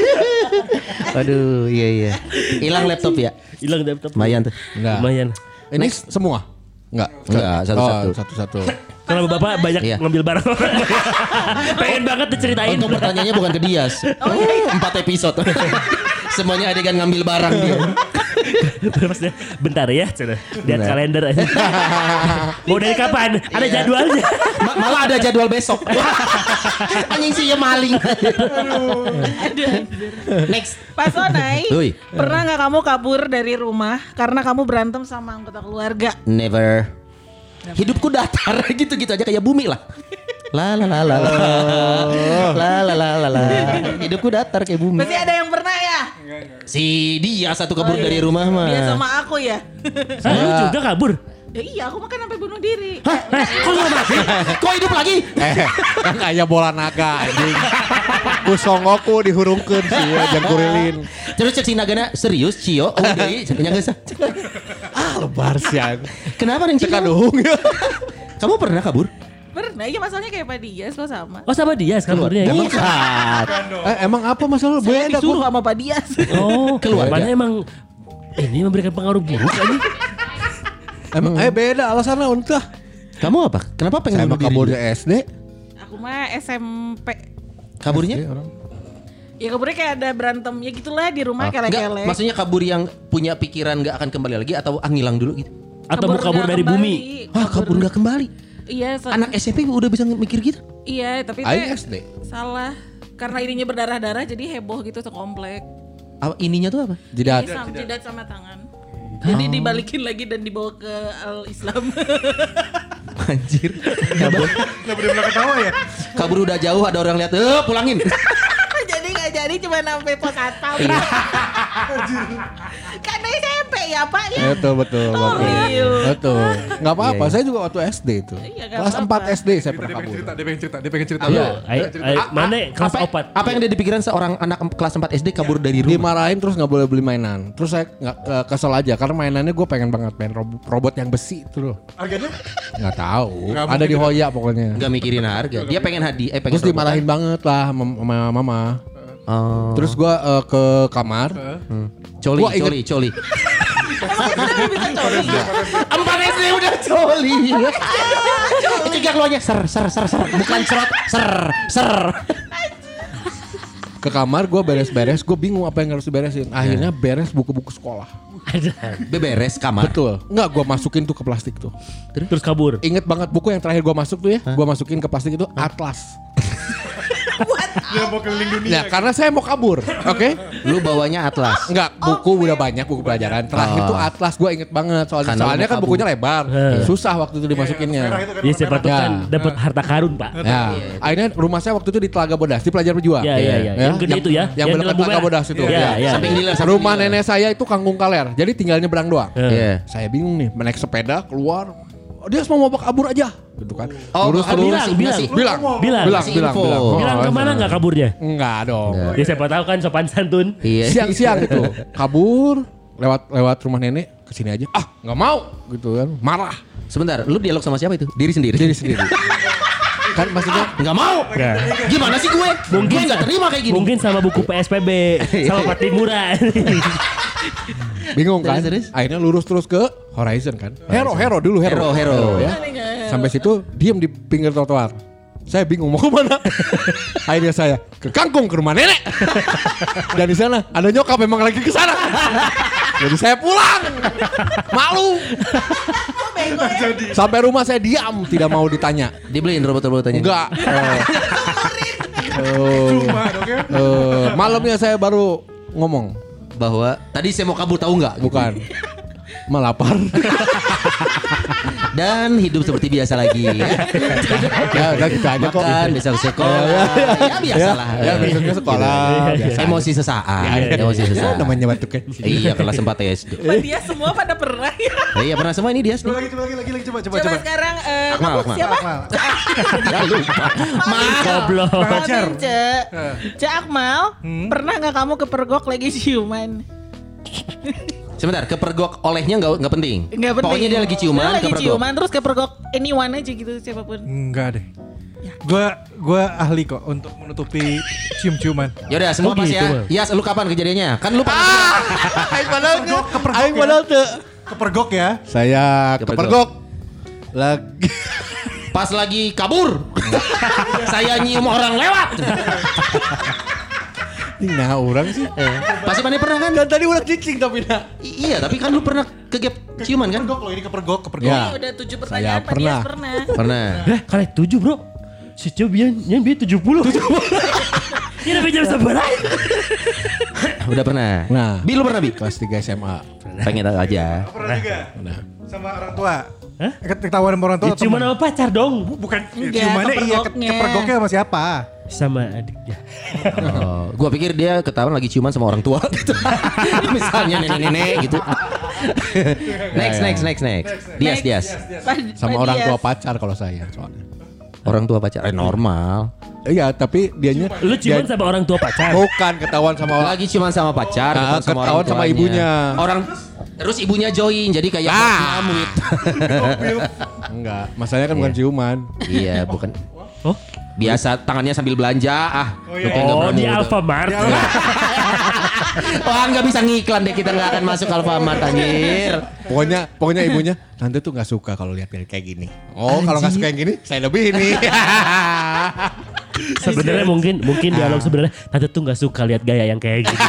Aduh, iya. Hilang laptop ya? Hilang laptop. Lumayan tuh. Enggak. Lumayan. Ini semua? Enggak, satu-satu. Satu-satu. Kalau Bapak banyak Iya. ngambil barang orang. Pengen banget diceritain. Untuk pertanyaannya bukan ke Dias. 4 episode. Semuanya adegan ngambil barang dia. Terus dia, bentar ya, lihat kalender aja. Mau dari kapan? Ada jadwalnya. Malah ada jadwal besok. Anjing sih ya maling. Next. Pak Sonai, Ui. pernah nggak kamu kabur dari rumah karena kamu berantem sama anggota keluarga? Never. Hidupku datar gitu-gitu aja kayak bumi lah. La la la la la. La la la la la. Hidupku datar kayak bumi. Pasti ada yang pernah ya? Si dia satu kabur dari rumah mah. Dia sama aku ya? Lu juga kabur. Ya iya, aku makan sampai bunuh diri. Kok nggak mati? Kok hidup lagi? Kan kayak bola naga anjing. Ku songoku dihurungkeun sih ya jeung kurilin. Terus cek si nagana serius Cio. Oh deui nya geus. Lebar siang. Kenapa nih Cio? Kaduhung ya. Kamu pernah kabur? Pernah, iya masalahnya kayak Pak Dias kok sama. Oh sama dia kaburnya. Emang Emang apa masalah? Saya Beda disuruh kok. sama Pak Dias. Oh Keluarga. mana emang ini memberikan pengaruh buruk ini. Emang beda alasannya untah. Kamu apa? Kenapa pengen Saya mah bunuh diri? kaburnya SD. Aku mah SMP. Kaburnya? Ya kaburnya kayak ada berantemnya gitulah di rumah Enggak, kele-kele. maksudnya kabur yang punya pikiran gak akan kembali lagi atau ngilang dulu gitu? Atau mau kabur nggak dari kembali. bumi. Kabur gak kembali? Iya, Anak SMP udah bisa mikir gitu? iya, tapi Aing teh SD. salah. Karena ininya berdarah-darah jadi heboh gitu sekomplek. Ininya tuh apa? Jidat. Jidat sama tangan. Jadi dibalikin lagi dan dibawa ke Al-Islam. Anjir. Kenapa dia malah ketawa ya? Kabur udah jauh ada orang lihat, pulangin. Jadi gak jadi cuma sampai pos atap. Kan SMP ya Pak ya. Betul. Toril. Betul. Enggak apa-apa, saya juga waktu SD itu. Iya, nggak Kelas apa-apa. 4 SD saya pernah Dia pengen kabur. cerita, dia pengen cerita. Ayo, mana kelas apa, 4. apa yang ada di pikiran seorang anak kelas 4 SD kabur dari rumah? Dimarahin terus nggak boleh beli mainan. Terus saya nggak kesel aja karena mainannya gue pengen banget main robot yang besi itu loh. Harganya? Nggak tahu. Nggak Ada di mungkin. Hoya pokoknya. Gak mikirin harga. Dia pengen hadiah, pengen Terus dimarahin banget lah sama mama. Oh. Terus gue ke kamar. Coli. Gua inget- Coli. Bisa coli ya. 4 SD udah coli. Cegah keluarnya ser. Bukan serot, ser. Ke kamar gue beres-beres. Gue bingung apa yang harus diberesin. Akhirnya beres buku-buku sekolah. Beberes kamar. Betul. Enggak, gue masukin tuh ke plastik tuh. Terus kabur. Ingat banget buku yang terakhir gue masuk tuh ya. Gue masukin ke plastik itu Atlas. Dia mau keliling dunia. Ya karena saya mau kabur. Oke. Lu bawanya Atlas. Enggak, buku udah banyak buku pelajaran. Terakhir tuh Atlas gue inget banget Karena soalnya mau kan kabur. bukunya lebar. Susah waktu itu dimasukinnya. Ya siapa tahu Ya. kan dapat harta karun Pak. Ya, akhirnya rumah saya waktu itu di Telaga Bodas, di Pelajar Berjuang. Ya. Yang gede itu ya. Yang belakang di lampu Telaga merah. Bodas itu. Ya. Samping dealer. Rumah nenek saya itu Kangkung Kaler, jadi tinggal nyebrang doang. Iya. Saya bingung nih, naik sepeda keluar. Oh, dia mau kabur aja, gitu kan? Oh, bilang. bilang. Bilang kemana nggak kaburnya? Enggak dong. Ya siapa tahu kan sopan santun. Iya. Siang-siang itu kabur lewat rumah nenek ke sini aja. Ah, nggak mau, gitu kan? Marah. Sebentar, lu dialog sama siapa itu? Diri sendiri. Kan maksudnya Nggak mau. Gimana sih gue? Gue nggak terima kayak gini. Mungkin sama buku PSPB, sama Pak Timuran. bingung kan? Terus? Akhirnya lurus terus ke Horizon kan. Hero dulu. Hero. Ya. Sampai situ diem di pinggir trotoar. Saya bingung mau kemana. Akhirnya saya ke Kangkung ke rumah nenek. Dan di sana ada nyokap memang lagi ke sana. Jadi saya pulang. Malu. Sampai rumah saya diam, tidak mau ditanya. Dibeliin robot-robotannya. Enggak. Cuma dong ya. Malamnya saya baru ngomong. Bahwa tadi saya mau kabur tahu nggak? Bukan. Melapar. Dan hidup seperti biasa lagi. Ya udah gitu aja kok. Makan, besok sekolah. Ya biasalah. Ya besoknya sekolah. Biasa. Emosi sesaat. Emosi Ya, sesaat. namanya batu kecil. Iya, kelas 4 SD. Dia semua pada pernah ya. Iya, pernah semua ini dia. Coba lagi coba. Coba sekarang Akmal, kamu Akmal. siapa? Ya lupa. Goblok. Pacar. Ce Akmal, pernah nggak kamu kepergok lagi ciuman? Sebentar, kepergok olehnya nggak penting. Nggak penting. Pokoknya dia lagi ciuman, Dia lagi kepergok. ciuman terus kepergok anyone aja gitu siapapun. Enggak deh. Gua ahli kok untuk menutupi cium-ciuman. Yaudah, semua Oh, pas gitu, ya. Bang. Yas, lu kapan kejadiannya? Kan lu pernah. Aing padahal Kepergok Aing ya. padahal tuh. Kepergok ya. Saya kepergok. Lagi. Pas lagi kabur. Saya nyium orang lewat. Nah orang sih. Pasti mana pernah kan? Kan tadi udah cicing tapi nah. Iya, tapi kan lu pernah kegap ciuman kan? Kepergok loh ini kepergok. Ya. Udah 7 Saya pertanyaan Pak pernah. Dias pernah. Pernah. Kalian 7 bro. Si Cobian yang dia 70. Ini lebih jam sabar aja. Udah pernah. Nah. Bi, lu pernah Bi? Kelas 3 SMA. Pengen tahu aja. Pernah juga. Nah. Sama orang tua. Hah? Ketahuan sama orang tua. Ya, cuma nama pacar dong. Bukan Enggak, ciumannya iya kepergoknya. kepergoknya sama siapa? Sama adiknya. Oh, gua pikir dia ketahuan lagi ciuman sama orang tua gitu. Misalnya nenek-nenek gitu. Next. Dias. Sama Pak orang Dias. tua pacar kalau saya soalnya. Orang tua pacar normal. Iya, tapi dianya Lu ciuman sama orang tua pacar. bukan ketahuan sama orang. Lagi ciuman sama pacar, Nah, ketahuan orang sama tuanya. ibunya. Terus ibunya join jadi kayak mamut. Enggak, masalahnya kan bukan ciuman. Iya, bukan. Oh, Biasa tangannya sambil belanja. Lu kayak nggak oh pernah di muda. Alfamart. Wah, nggak bisa ngiklan deh, kita nggak akan masuk Alfamart anjir. Pokoknya ibunya tante tuh nggak suka kalau lihat kayak gini. Oh, kalau nggak suka yang gini, saya lebih ini. Sebenarnya mungkin dialog sebenarnya tante tuh nggak suka lihat gaya yang kayak gini.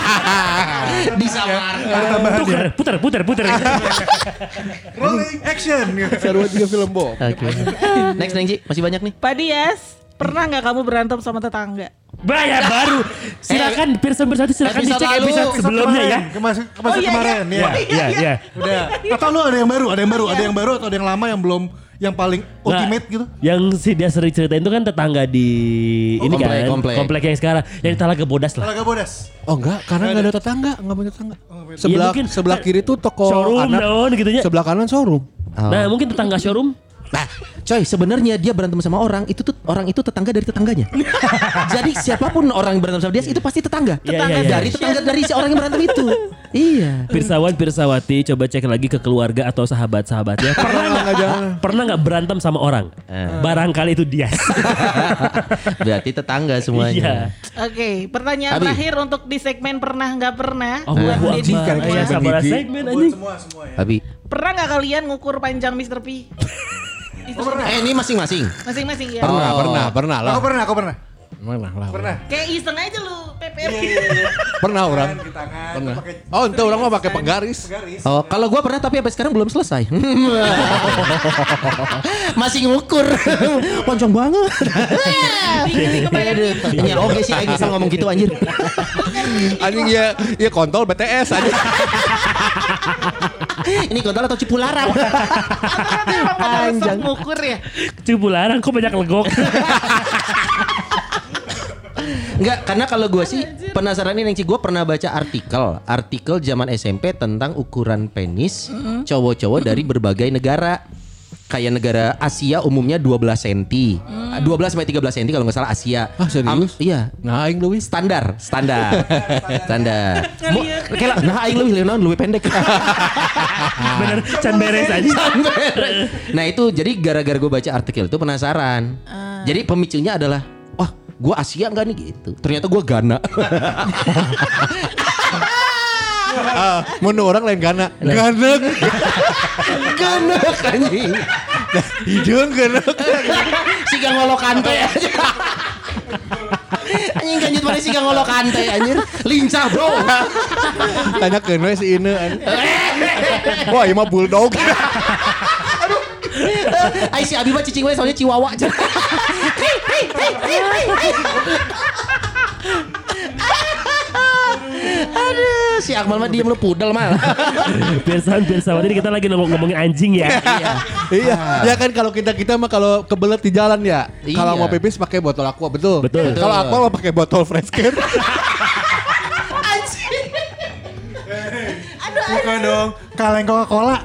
Disamarkan. Putar. Rolling action. Sarua juga film Bob. Oke. Next Nengji, masih banyak nih. Pak Dias, pernah nggak kamu berantem sama tetangga? Bayar baru. Silakan Pirsan Bersatu silakan episode dicek lalu. episode sebelumnya ya. Kemarin Oh, iya, kemarin ya. Iya. Udah. Atau lu ada yang baru atau ada yang lama yang belum yang paling ultimate gitu? Yang si dia sering ceritain itu kan tetangga di ini komplek, kan komplek. komplek yang sekarang yang di Talaga Bodas lah. Talaga Bodas. Oh enggak, karena enggak ada tetangga, enggak punya tetangga. Iya, Sebelah mungkin. sebelah kiri tuh toko Showroom anak. daun gitu ya. Sebelah kanan showroom. Nah, mungkin tetangga showroom. Nah, coy, sebenarnya dia berantem sama orang itu tetangga dari tetangganya. Jadi siapapun orang yang berantem sama dia itu pasti tetangga. Iya, Tetangga iya. Dari tetangga dari si orang yang berantem itu. Iya. Pirsawati coba cek lagi ke keluarga atau sahabat-sahabatnya. Pernah nggak berantem sama orang? Barangkali itu dia. Berarti tetangga semuanya. Oke, pertanyaan Abi. terakhir untuk di segmen pernah nggak pernah. Oh, Buat gua Deddy. Akbar. Ya, sabar Deddy. segmen anjing. Semua ya. Abi. Pernah nggak kalian ngukur panjang Mr. P? Itu Ini masing-masing. masing-masing ya. Pernah lah. Aku pernah. Pernah. Kayak iseng aja lu, PPR. Pernah orang. Di tangan. Pernah. pakai Oh, ente orang mah pakai penggaris. Oh, kalau gua pernah tapi sampai sekarang belum selesai. Masih ngukur. Panjang banget. Ini oke sih aing selalu ngomong gitu anjir. Anjing ya kontol BTS aja. Ini kontol atau Cipularang? Panjang ngukur ya. Cipu larang kok banyak legok. Enggak, karena kalau gue sih penasaran nih Nengci, gue pernah baca artikel zaman SMP tentang ukuran penis cowok-cowok dari berbagai negara. Kayak negara Asia umumnya 12 cm. 12 sampai 13 cm kalau nggak salah Asia. Ah, serius? Iya. Nah, aing Luis. Standar. Nah aing lebih pendek. Bener, can beres aja. Nah itu jadi gara-gara gue baca artikel itu penasaran. Jadi pemicunya adalah, wah gue Asia nggak nih gitu. Ternyata gue Ghana. Mun orang lain Gana. Ganek. Ganek anjing. Hidung ganek. Siga ngolok kante aja. Anjing kanjut mana siga ngolok kante anjir. Lincah bro. Tanya ke si Ine. Wah, ini mah bulldog. Ai si Abi mah cicing we soalnya Chihuahua. Aduh, si Akmal mah diem lu pudel mal. Biar sama. Jadi kita lagi ngomongin anjing ya. Iya. Ya kan kalau kita mah kalau kebelet di jalan ya. Iya. Kalau mau pipis pakai botol aqua, betul. Betul. Kalau aqua mau pakai botol fresh care. Bukan dong, kaleng Coca-Cola.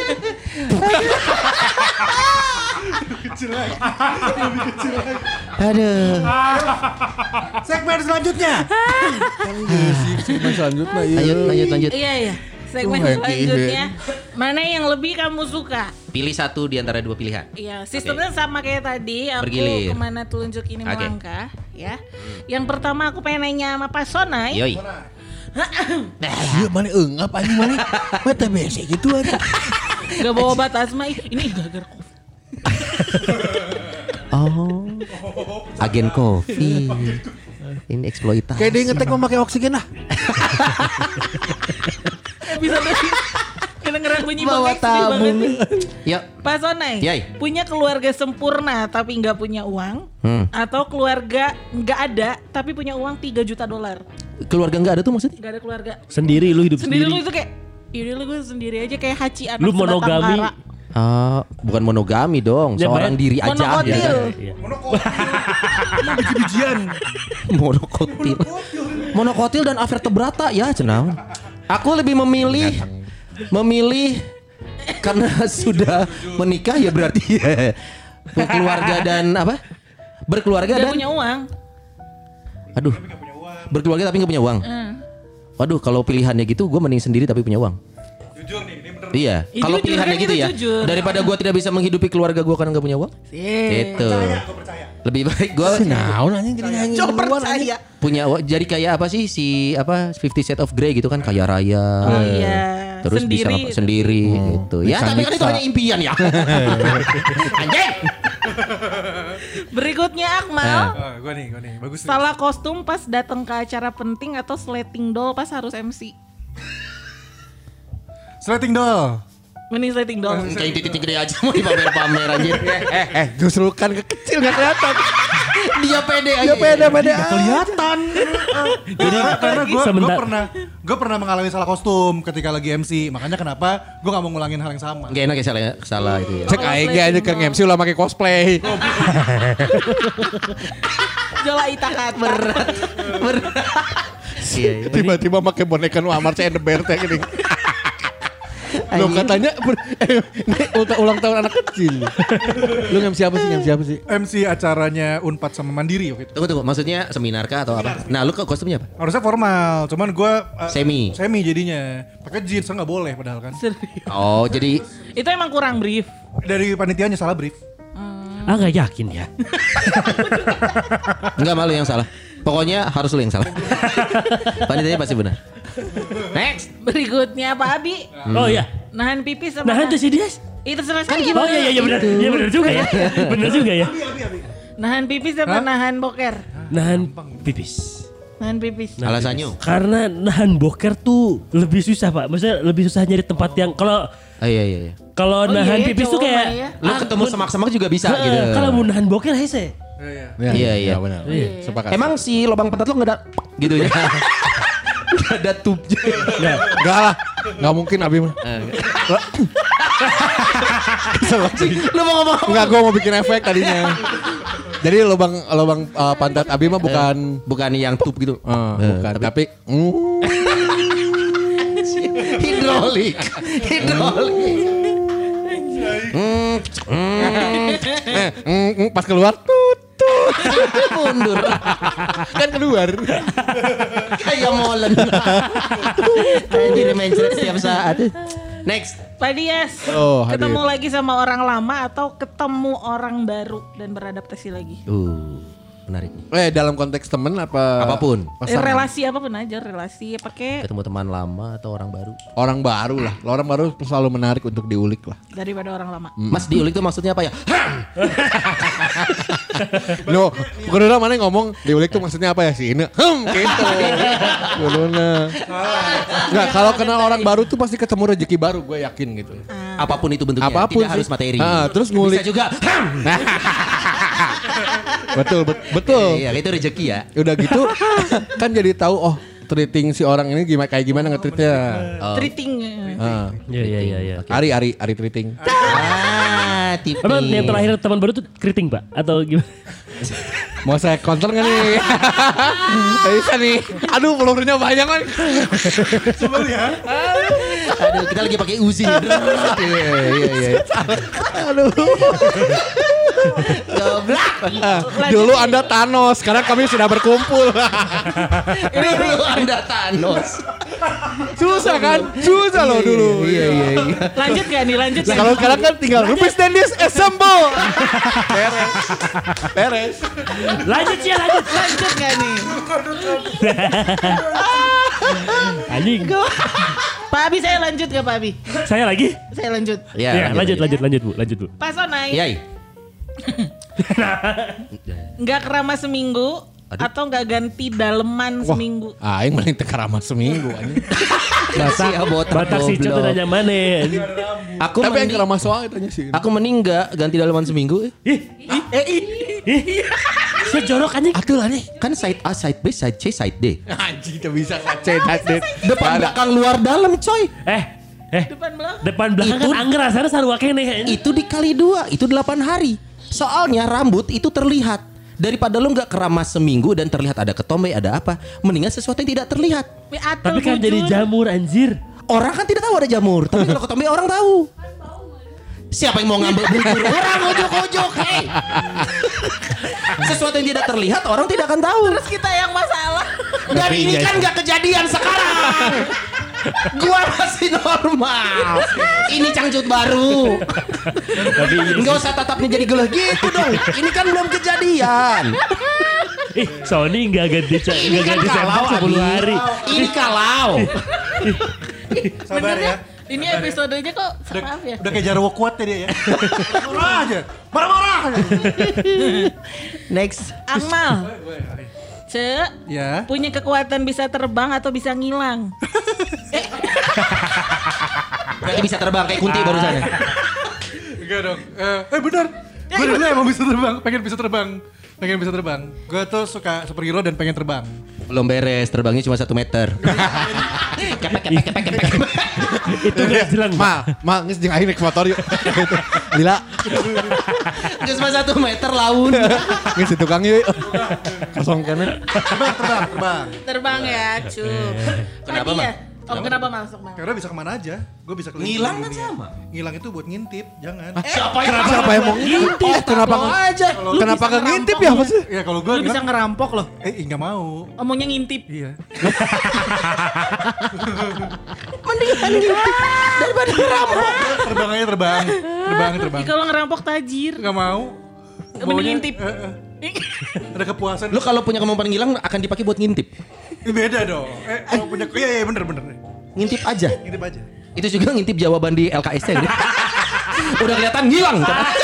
Aduh. Segmen selanjutnya. Segmen selanjutnya. Lanjut. Iya. Segmen Happy. selanjutnya. Mana yang lebih kamu suka? Pilih satu di antara dua pilihan. Iya, sistemnya sama kayak tadi. Aku Bergilir. kemana telunjuk ini Oke. melangkah, ya. Yang pertama aku pengen nanya sama Pak Sonai. Yoi. Iya mana ngap anjing mana? Mata bese gitu aja. Gak bawa obat asma. Ini gara-gara COVID. Oh. Agen kopi. Ini eksploitasi. Kayak dia ngetek memakai oksigen lah. Bisa dari kedengeran bunyi Bawa bangke tabung. banget. Yuk. Pak Sonai, Yai. punya keluarga sempurna tapi nggak punya uang, atau keluarga nggak ada tapi punya uang $3 juta? Keluarga enggak ada tuh maksudnya? Nggak ada keluarga. Sendiri lu hidup Sendiri sendiri. lu itu kayak, yaudah lu gue sendiri aja kayak Haji anak Lu sebatang monogami. kara. Bukan monogami dong, Ya, seorang Bang. diri aja. Monokotil. Iya. Biji-bijian. Monokotil. Monokotil dan avertebrata ya cenah. Aku lebih memilih karena sudah menikah ya berarti berkeluarga dan apa? Berkeluarga Nggak dan punya uang. aduh. Berkeluarga tapi nggak punya uang. Waduh, kalau pilihannya gitu gue mending sendiri tapi punya uang. Jujur nih, ini bener. Iya, Itu kalau jujur, pilihannya kan gitu itu ya. jujur. Daripada gue tidak bisa menghidupi keluarga gue karena nggak punya uang. Itu. Lebih baik gue Naon anjing jadi nyanyi Coba duluan percaya. punya jadi kayak apa sih si apa 50 Shades of Grey gitu kan, kaya raya. Oh iya. Terus bisa Sendiri. sendiri gitu. Ya tapi kan itu hanya impian ya. Anjing. Berikutnya Akmal. Gue nih, bagus nih. Salah kostum pas datang ke acara penting atau slating doll pas harus MC? Slating doll. Mending slating doll. Kayak titik gede aja mau dipamer-pamer anjir. Justru kan kecil gak kelihatan. Dia pede aja. Dia pede Kelihatan. Jadi karena gue Sebentar. pernah mengalami salah kostum ketika lagi MC. Makanya kenapa gue gak mau ngulangin hal yang sama. Gak enak ya salah itu ya. Cek aing aja ke MC ulah pakai cosplay. Jola Ita Kata. Berat. Iya. Tiba-tiba pakai boneka nu Amar and the Bear teh gini. Lo katanya ini ulang tahun anak kecil. Lu MC apa sih? MC acaranya Unpad sama Mandiri waktu itu. Tunggu, maksudnya seminar kah atau apa? Nah, lu ke kostumnya apa? Harusnya formal, cuman gue Semi. jadinya. Pakai jeans nggak boleh padahal kan. Serius. Oh, jadi Itu emang kurang brief. Dari panitianya salah brief. Gak yakin ya. enggak malu yang salah. Pokoknya harus lu yang salah. Panitianya pasti benar. Next. Berikutnya Pak Abi. Oh iya. Nahan pipis sama Nah itu sih dia. Itu selesai Kan gimana? Oh iya benar. Iya benar juga ya. Benar juga ya. Nahan pipis sama nahan boker? Nahan pipis. Nahan pipis. Alasannya? Karena nahan boker tuh lebih susah Pak. Maksudnya lebih susah nyari tempat yang kalau Iya. kalau Oh, nahan iya, pipis tuh cowok kayak mah ya. Lu ketemu semak-semak juga bisa Heeh, gitu. Kalau mau nahan boker hese. Iya. benar. Sepakat. Emang si lubang pantat lu enggak ada gitu ya? Enggak ada tubnya. enggak lah. Enggak mungkin Abi mah. Lu mau ngomong apa? Enggak, gua mau bikin efek tadinya. Jadi lubang pantat Abi mah Bukan yang tub gitu. bukan, tapi Hidrolik. pas keluar tut Mundur. kan keluar. Kayak molen. Kayak di mencret setiap saat. Next. Pak Dias. Oh, hadir. Ketemu lagi sama orang lama atau ketemu orang baru dan beradaptasi lagi? menarik. Dalam konteks temen apa? Apapun. Pasangan? Relasi apapun aja, relasi pakai Ketemu teman lama atau orang baru. Orang baru lah. Orang baru selalu menarik untuk diulik lah. daripada orang lama. Mas diulik tuh maksudnya apa ya? No, Guruna mana ngomong diulik tuh maksudnya apa ya sih? Ini gitu. Guruna. Enggak, kalau kenal orang baru tuh pasti ketemu rezeki baru, gue yakin gitu. Apapun itu bentuknya, Apapun tidak sih. harus materi. Terus ngulik. Bisa juga. Betul. Iya, itu rezeki ya. Udah gitu kan jadi tahu treating si orang ini kayak gimana nge-treatnya. Treating. Iya. Ari treating. Tipis. Emang yang terakhir teman baru tuh keriting Pak? Atau gimana? Mau saya counter nggak nih? Bisa nih. Aduh pelurunya banyak kan. Aduh, kita lagi pakai Uzi. Iya. Aduh. Goblok. Dulu Anda Thanos, sekarang kami sudah berkumpul. Dulu Anda Thanos. Susah kan? Susah loh dulu. Iya. Lanjut gak nih? Lanjut Nah, gak? kalau sekarang kan tinggal Rupis Dennis assemble. Beres. Lanjut sih, lanjut. Lanjut gak nih? Anjing. Pak Abi saya lanjut gak Pak Abi? Saya lagi? Saya lanjut. Ya, lanjut Bu. Lanjut Bu. Pak Sonai. Iya. Nggak keramas seminggu atau nggak ganti daleman seminggu? Aing mending teka ramah seminggu anjing. Batak si Cot nanya mana? Aku Tapi yang mending, ramah soal tanya sih. aku mending enggak ganti dalaman seminggu. Saya jorok anjing. Atuh lah nih. Kan side A, side B, side C, side D. Anjing tidak bisa cetak. Depan belakang luar dalam coy. Depan belakang. Depan belakang Itu- kan angger rasanya sarua kene. Itu dikali 2, itu 8 hari. Soalnya rambut itu terlihat. Daripada lu gak keramas seminggu dan terlihat ada ketombe, ada apa. Mendingan sesuatu yang tidak terlihat. Tapi kan jadi jamur anjir. Orang kan tidak tahu ada jamur. Tapi kalau ketombe orang tahu. Siapa yang mau ngambil bujur orang ojok-ojok, hei. Sesuatu yang tidak terlihat orang tidak akan tahu. Terus kita yang masalah. Dan ini kan gak kejadian sekarang. Gua masih normal. Ini cangcut baru. Nggak usah tatapnya jadi gelah gitu dong. Ini kan belum kejadian. Sony nggak ganti Ini kan kalau 10 hari. Ini kalau. Sabar ya. Ini episodenya kok maaf ya. Udah kayak jarwo kuat ya dia ya. Marah aja. Marah-marah aja. Next. Akmal. Ya. Punya kekuatan bisa terbang atau bisa ngilang. Berarti bisa terbang kayak Kunti barusan. Enggak dong. Benar. Gue dulu emang bisa terbang. Pengen bisa terbang. Gue tuh suka superhero dan pengen terbang. Belum beres, terbangnya cuma 1 meter. Kepek. Itu gak jelang. Ma, geus jeung aing naik motor yuk. Gila. Nggak cuma 1 meter laun. Geus si tukang yuk. Kosong kene. Terbang. Terbang ya, cu. Kenapa, Tadi Ma? ya? Oh, kenapa masuk Mal? Karena bisa kemana aja. Gue bisa keliling. Ngilang kan dunia. sama. Ngilang itu buat ngintip, jangan. Siapa Siapa yang mau ngintip? Kenapa aja? Kenapa enggak ngintip ya maksudnya? Ya kalau gue Lu bisa ngerampok loh. enggak mau. Omongnya ngintip. Iya. Mendingan gitu daripada ngerampok. Terbang aja terbang. Ih, kalau ngerampok tajir. Enggak mau. Mending ngintip. Ada kepuasan. Lu kalau punya kemampuan ngilang akan dipakai buat ngintip. Beda dong. Kalau punya iya bener. Ngintip aja. Ngintip aja. Itu juga ngintip jawaban di LKS-nya gitu. Udah kelihatan ngilang.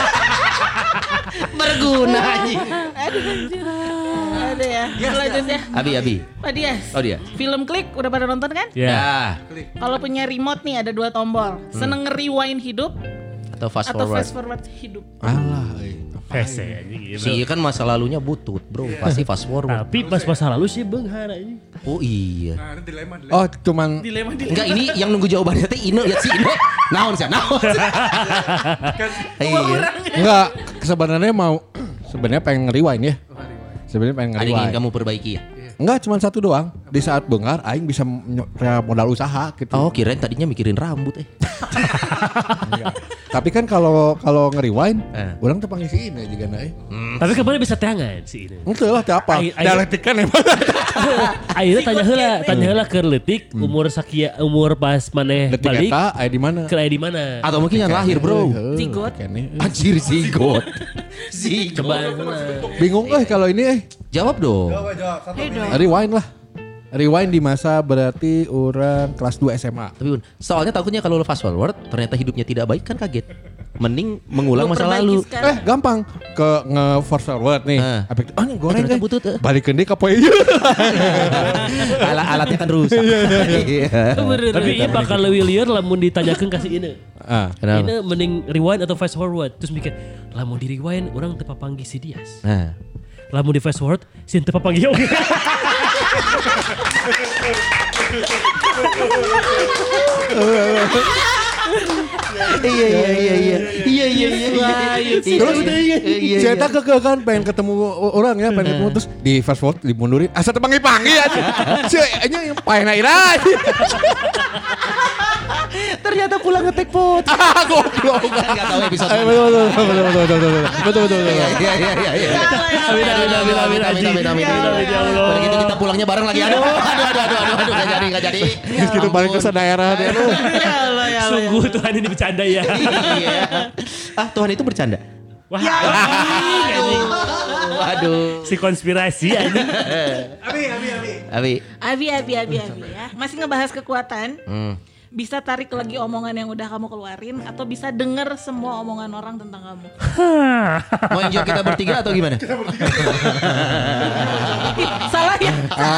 Berguna anjing. Aduh anjir. Ada ya. Selanjutnya. Abi. Pak Dias. Oh dia. Film Klik udah pada nonton kan? Ya. Kalau punya remote nih ada 2 tombol. Seneng nge-rewind hidup Atau fast atau forward. fast forward hidup? Alah. Hese anjing. Si kan masa lalunya butut, bro. Pasti fast forward. Tapi pas masa lalu sih benghar anjing. Oh iya. Nah, ini dilema. Oh, cuman Dilema. Enggak, ini yang nunggu jawabannya teh Ine lihat si Ine. Naon sih, naon. Iya. enggak sebenarnya pengen nge-rewind ya. Sebenarnya pengen Ada yang ingin nge-rewind. kamu perbaiki ya? Enggak, cuma satu doang. Di saat bengar aing bisa modal usaha gitu. Oh, kirain tadinya mikirin rambut Tapi kan kalau nge-rewind, Eh. orang tuh panggil si ini juga nah. Tapi kemarin bisa teangan sih ini. Itu lah teh apa? Ai- Dialektik kan emang. Akhirnya tanya heula ke leutik umur sakia umur pas maneh Detik balik eta aya di mana? ke di mana. Atau mungkin yang lahir, bro. Zigot. Kene. Anjir zigot. Si Coba Bingung kalau ini jawab dong. rewind lah. Rewind di masa berarti orang kelas 2 SMA. Tapi soalnya takutnya kalau lo fast forward ternyata hidupnya tidak baik kan kaget. Mending mengulang Lu masa perbaiki lalu. sekarang. Gampang ke nge-force forward nih. Apa itu? Oh, ini goreng ternyata kan. butut, Balikin deh ke poe ieu. Alatnya kan rusak. Iya. Tapi ini bakal lebih liar lamun ditanyakan kasih ini. Kenapa? Ini mending rewind atau fast forward. Terus mikir, lamun di rewind orang tepa panggil si Dias. Nah. Lamun di fast forward, si tepa panggil oke. Iya. Terus saya tak kan pengen ketemu orang ya, pengen ketemu terus di fast forward dimundurin. Asa tepangi-pangi aja. Nya yang paena ira. Ternyata pulang ngetek pot. Goblok. Enggak tahu episode. Betul. Iya. Amin. Kalau gitu kita pulangnya bareng lagi. Aduh, enggak jadi. Gitu balik ke daerah deh lu. Sungguh Tuhan ini bercanda ya. Iya. Tuhan itu bercanda. Wah, Waduh. si konspirasi anjing. Abi. Ya. Masih ngebahas kekuatan. Bisa tarik lagi omongan yang udah kamu keluarin atau bisa denger semua omongan orang tentang kamu. Mau yang jawab kita bertiga atau gimana? Salah ya?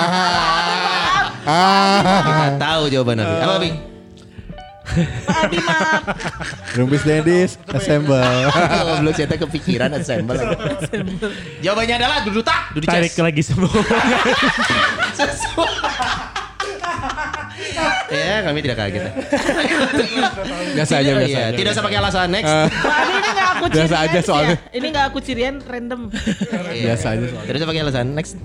Kita tahu jawaban Abi. Apa Abi? Pak Abi maaf. Rumpis Dedis assemble. Belum saya kepikiran assemble. Jawabannya adalah dudu Tarik lagi semua. Ya, kami tidak kaget. Biasa aja. Tidak usah pakai alasan next. Pak Abi ini gak aku cirian. Biasa aja soalnya. Ya. Ini gak aku cirian, random. Biasa aja soalnya. Tidak usah pakai alasan next.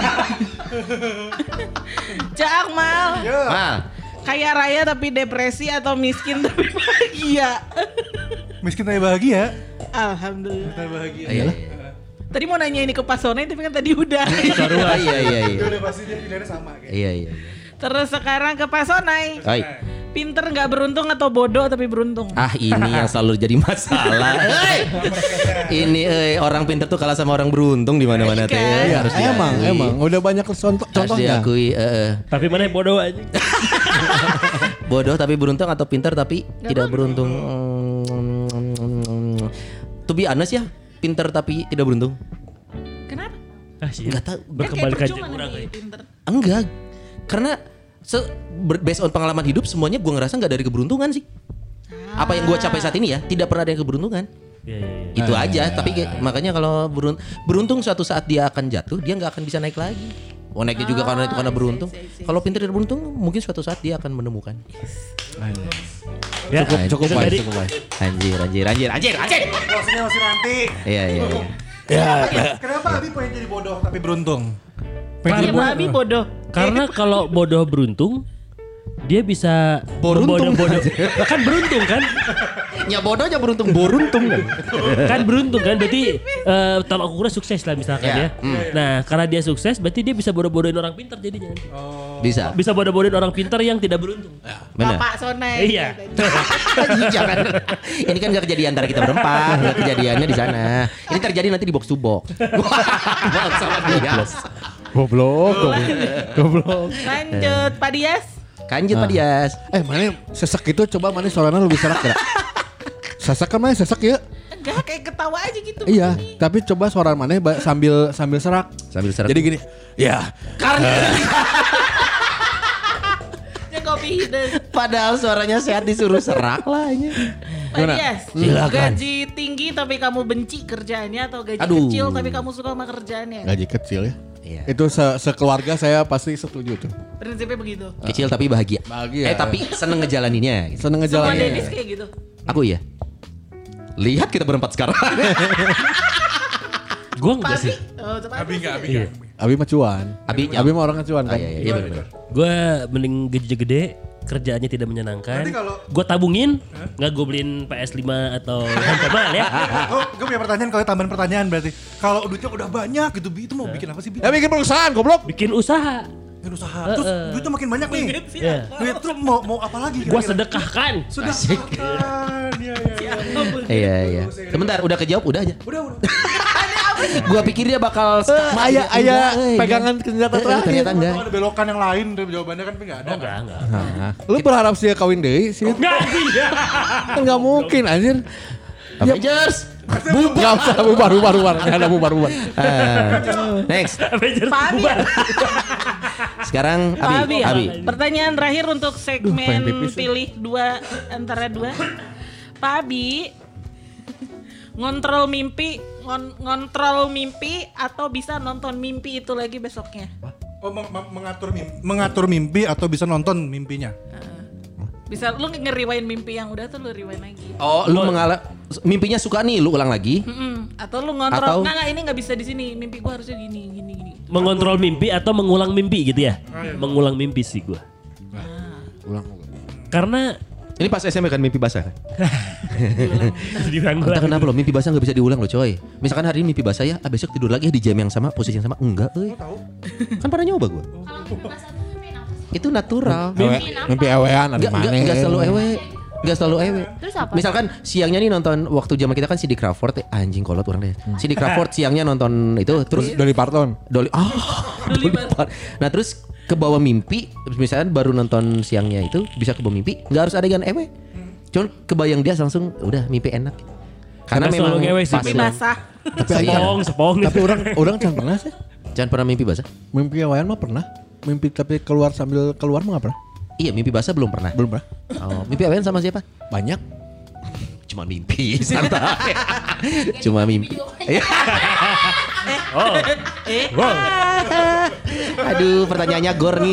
Cak Akmal. Mal. Kaya raya tapi depresi atau miskin tapi bahagia? Miskin tapi bahagia. Alhamdulillah. Kita bahagia. Iyalah. Tadi mau nanya ini ke Pak Sonai tapi kan tadi udah. Iya. Udah pasti dia pilihannya sama kayak. Iya. Terus sekarang ke Pak Sonai. Hai. Pinter gak beruntung atau bodoh tapi beruntung? Ini yang selalu jadi masalah. Ini orang pintar tuh kalah sama orang beruntung di mana-mana teh. Iya, Harus diakui. Emang udah banyak Harus contohnya. diakui. Tapi mana yang bodoh aja. Bodoh tapi beruntung atau pintar tapi tidak beruntung. To be honest ya, pintar tapi tidak beruntung. Kenapa? Enggak tahu. Berkebalikan Kan kayak orang. percuma nih, pinter. Enggak. Karena based on pengalaman hidup semuanya gue ngerasa nggak dari keberuntungan sih. Apa yang gue capai saat ini ya tidak pernah ada yang keberuntungan. Iya. Itu aja. Tapi makanya kalau beruntung suatu saat dia akan jatuh, dia nggak akan bisa naik lagi. Naiknya juga karena itu karena beruntung. Kalau pintar dan beruntung, mungkin suatu saat dia akan menemukan. Ya, Cukup itu baik, tadi. cukup baik. Anjir. Bosnya masih nanti. Iya. Kenapa Abi pengen jadi bodoh tapi beruntung? Ya Pak Abi bodoh. Karena kalau bodoh beruntung, dia bisa Boruntung. bodoh. Kan beruntung kan? Ya bodohnya beruntung kan. Kan beruntung kan berarti tolak ukurnya sukses lah misalkan ya. Nah, karena dia sukses berarti dia bisa bodoh-bodohin orang pintar jadinya. Bisa. Bisa bodoh-bodohin orang pintar yang tidak beruntung. Benar. Bapak Sonai. Iya. Jangan. Ini kan gak kejadian antara kita berempat, gak kejadiannya di sana. Ini terjadi nanti di box to box. Box sama dia. Goblok. Lanjut Pak Dias. Kanjut Pak Dias. Mana sesek itu coba mana suaranya lebih serak gerak. Sesek kan mana sesek ya? Enggak kayak ketawa aja gitu. Iya, tapi coba suara mana sambil serak. Sambil serak. Jadi gini, ya. Karena Ya kopi hidung. padahal suaranya sehat disuruh serak lah ini. Pak Gimana? Dias. Silakan. Gaji tinggi tapi kamu benci kerjaannya atau gaji Aduh. kecil tapi kamu suka sama kerjaannya? Gaji kecil ya. Iya. Itu sekeluarga saya pasti setuju tuh. Prinsipnya begitu. Kecil tapi bahagia. Bahagia. Tapi seneng ngejalaninnya. Gitu. Seneng Semua ngejalanin. Dennis kayak gitu. Aku ya. Lihat kita berempat sekarang. Gue enggak sih. Oh, tepat. Abi enggak. Abi mah cuan. Abi mah orang cuan kan. Iya benar. Gue mending gajinya gede, kerjaannya tidak menyenangkan. Nanti kalau- Gue tabungin, nggak gue beliin PS5 atau handphone mahal ya. Gue punya pertanyaan kalau tambahan pertanyaan berarti. Kalau duitnya udah banyak gitu, Bi, itu mau bikin apa sih, Bi? Ya bikin perusahan goblok. Bikin usaha. Bikin usaha. Terus duitnya makin banyak nih. Ya. Duit terus mau apa lagi? Gue sedekahkan. Sudah. Iya. Iya. Sebentar, udah kejawab udah aja. Udah. Gua pikir dia bakal Ayah pegangan senjata terakhir. Ternyata enggak. Kalau ada belokan yang lain jawabannya kan enggak ada. Enggak. Lu berharap sih kawin deui sih? Enggak dia. Kan enggak mungkin anjir. Avengers. Enggak usah bubar. Enggak ada bubar. Next. Avengers Pak Abi. bubar. Sekarang Pak Abi. Abi. Pertanyaan terakhir untuk segmen pengen pipis. pilih antara dua. Pak Abi, ngontrol mimpi atau bisa nonton mimpi itu lagi besoknya? Oh, mengatur mimpi atau bisa nonton mimpinya. Bisa lu nge-rewind mimpi yang udah tuh lu rewind lagi. Oh, lu mimpinya suka nih, lu ulang lagi. Atau lu ngontrol, Atau- nggak ini nggak bisa di sini. Mimpi gua harusnya gini. Mengontrol mimpi atau mengulang mimpi gitu ya? Mengulang mimpi sih gua. Ulang. Karena Ini pas SMP kan mimpi basah kan? diulang-ulang. Entah kenapa loh mimpi basah gak bisa diulang loh coy. Misalkan hari ini mimpi basah ya, besok tidur lagi di jam yang sama, posisi yang sama. Enggak euy. Kan pernah nyoba gua. Itu natural. Mimpi ewean ada mana? Enggak selalu ewe. Enggak selalu ewe. Terus apa? Misalkan siangnya nih nonton waktu zaman kita kan Cindy Crawford anjing kolot orang deh. Cindy Crawford siangnya nonton itu terus Dolly Parton. Dolly Nah terus ke bawah mimpi, misalnya baru nonton siangnya itu bisa ke bawah mimpi, nggak harus adegan ewe. Cuman kebayang dia langsung udah mimpi enak. Karena Tapi memang selalu ngewe sih. pas Mimpi dong. basah. Sepong. Tapi orang can pernah sih. Jangan pernah mimpi basah. Mimpi ewean mah pernah. Mimpi tapi keluar sambil keluar mah nggak pernah. Iya mimpi basah belum pernah. Belum pernah. Oh, mimpi ewean sama siapa? Banyak. Cuma mimpi santai. Cuma mimpi. Oh. Aduh pertanyaannya gor nih.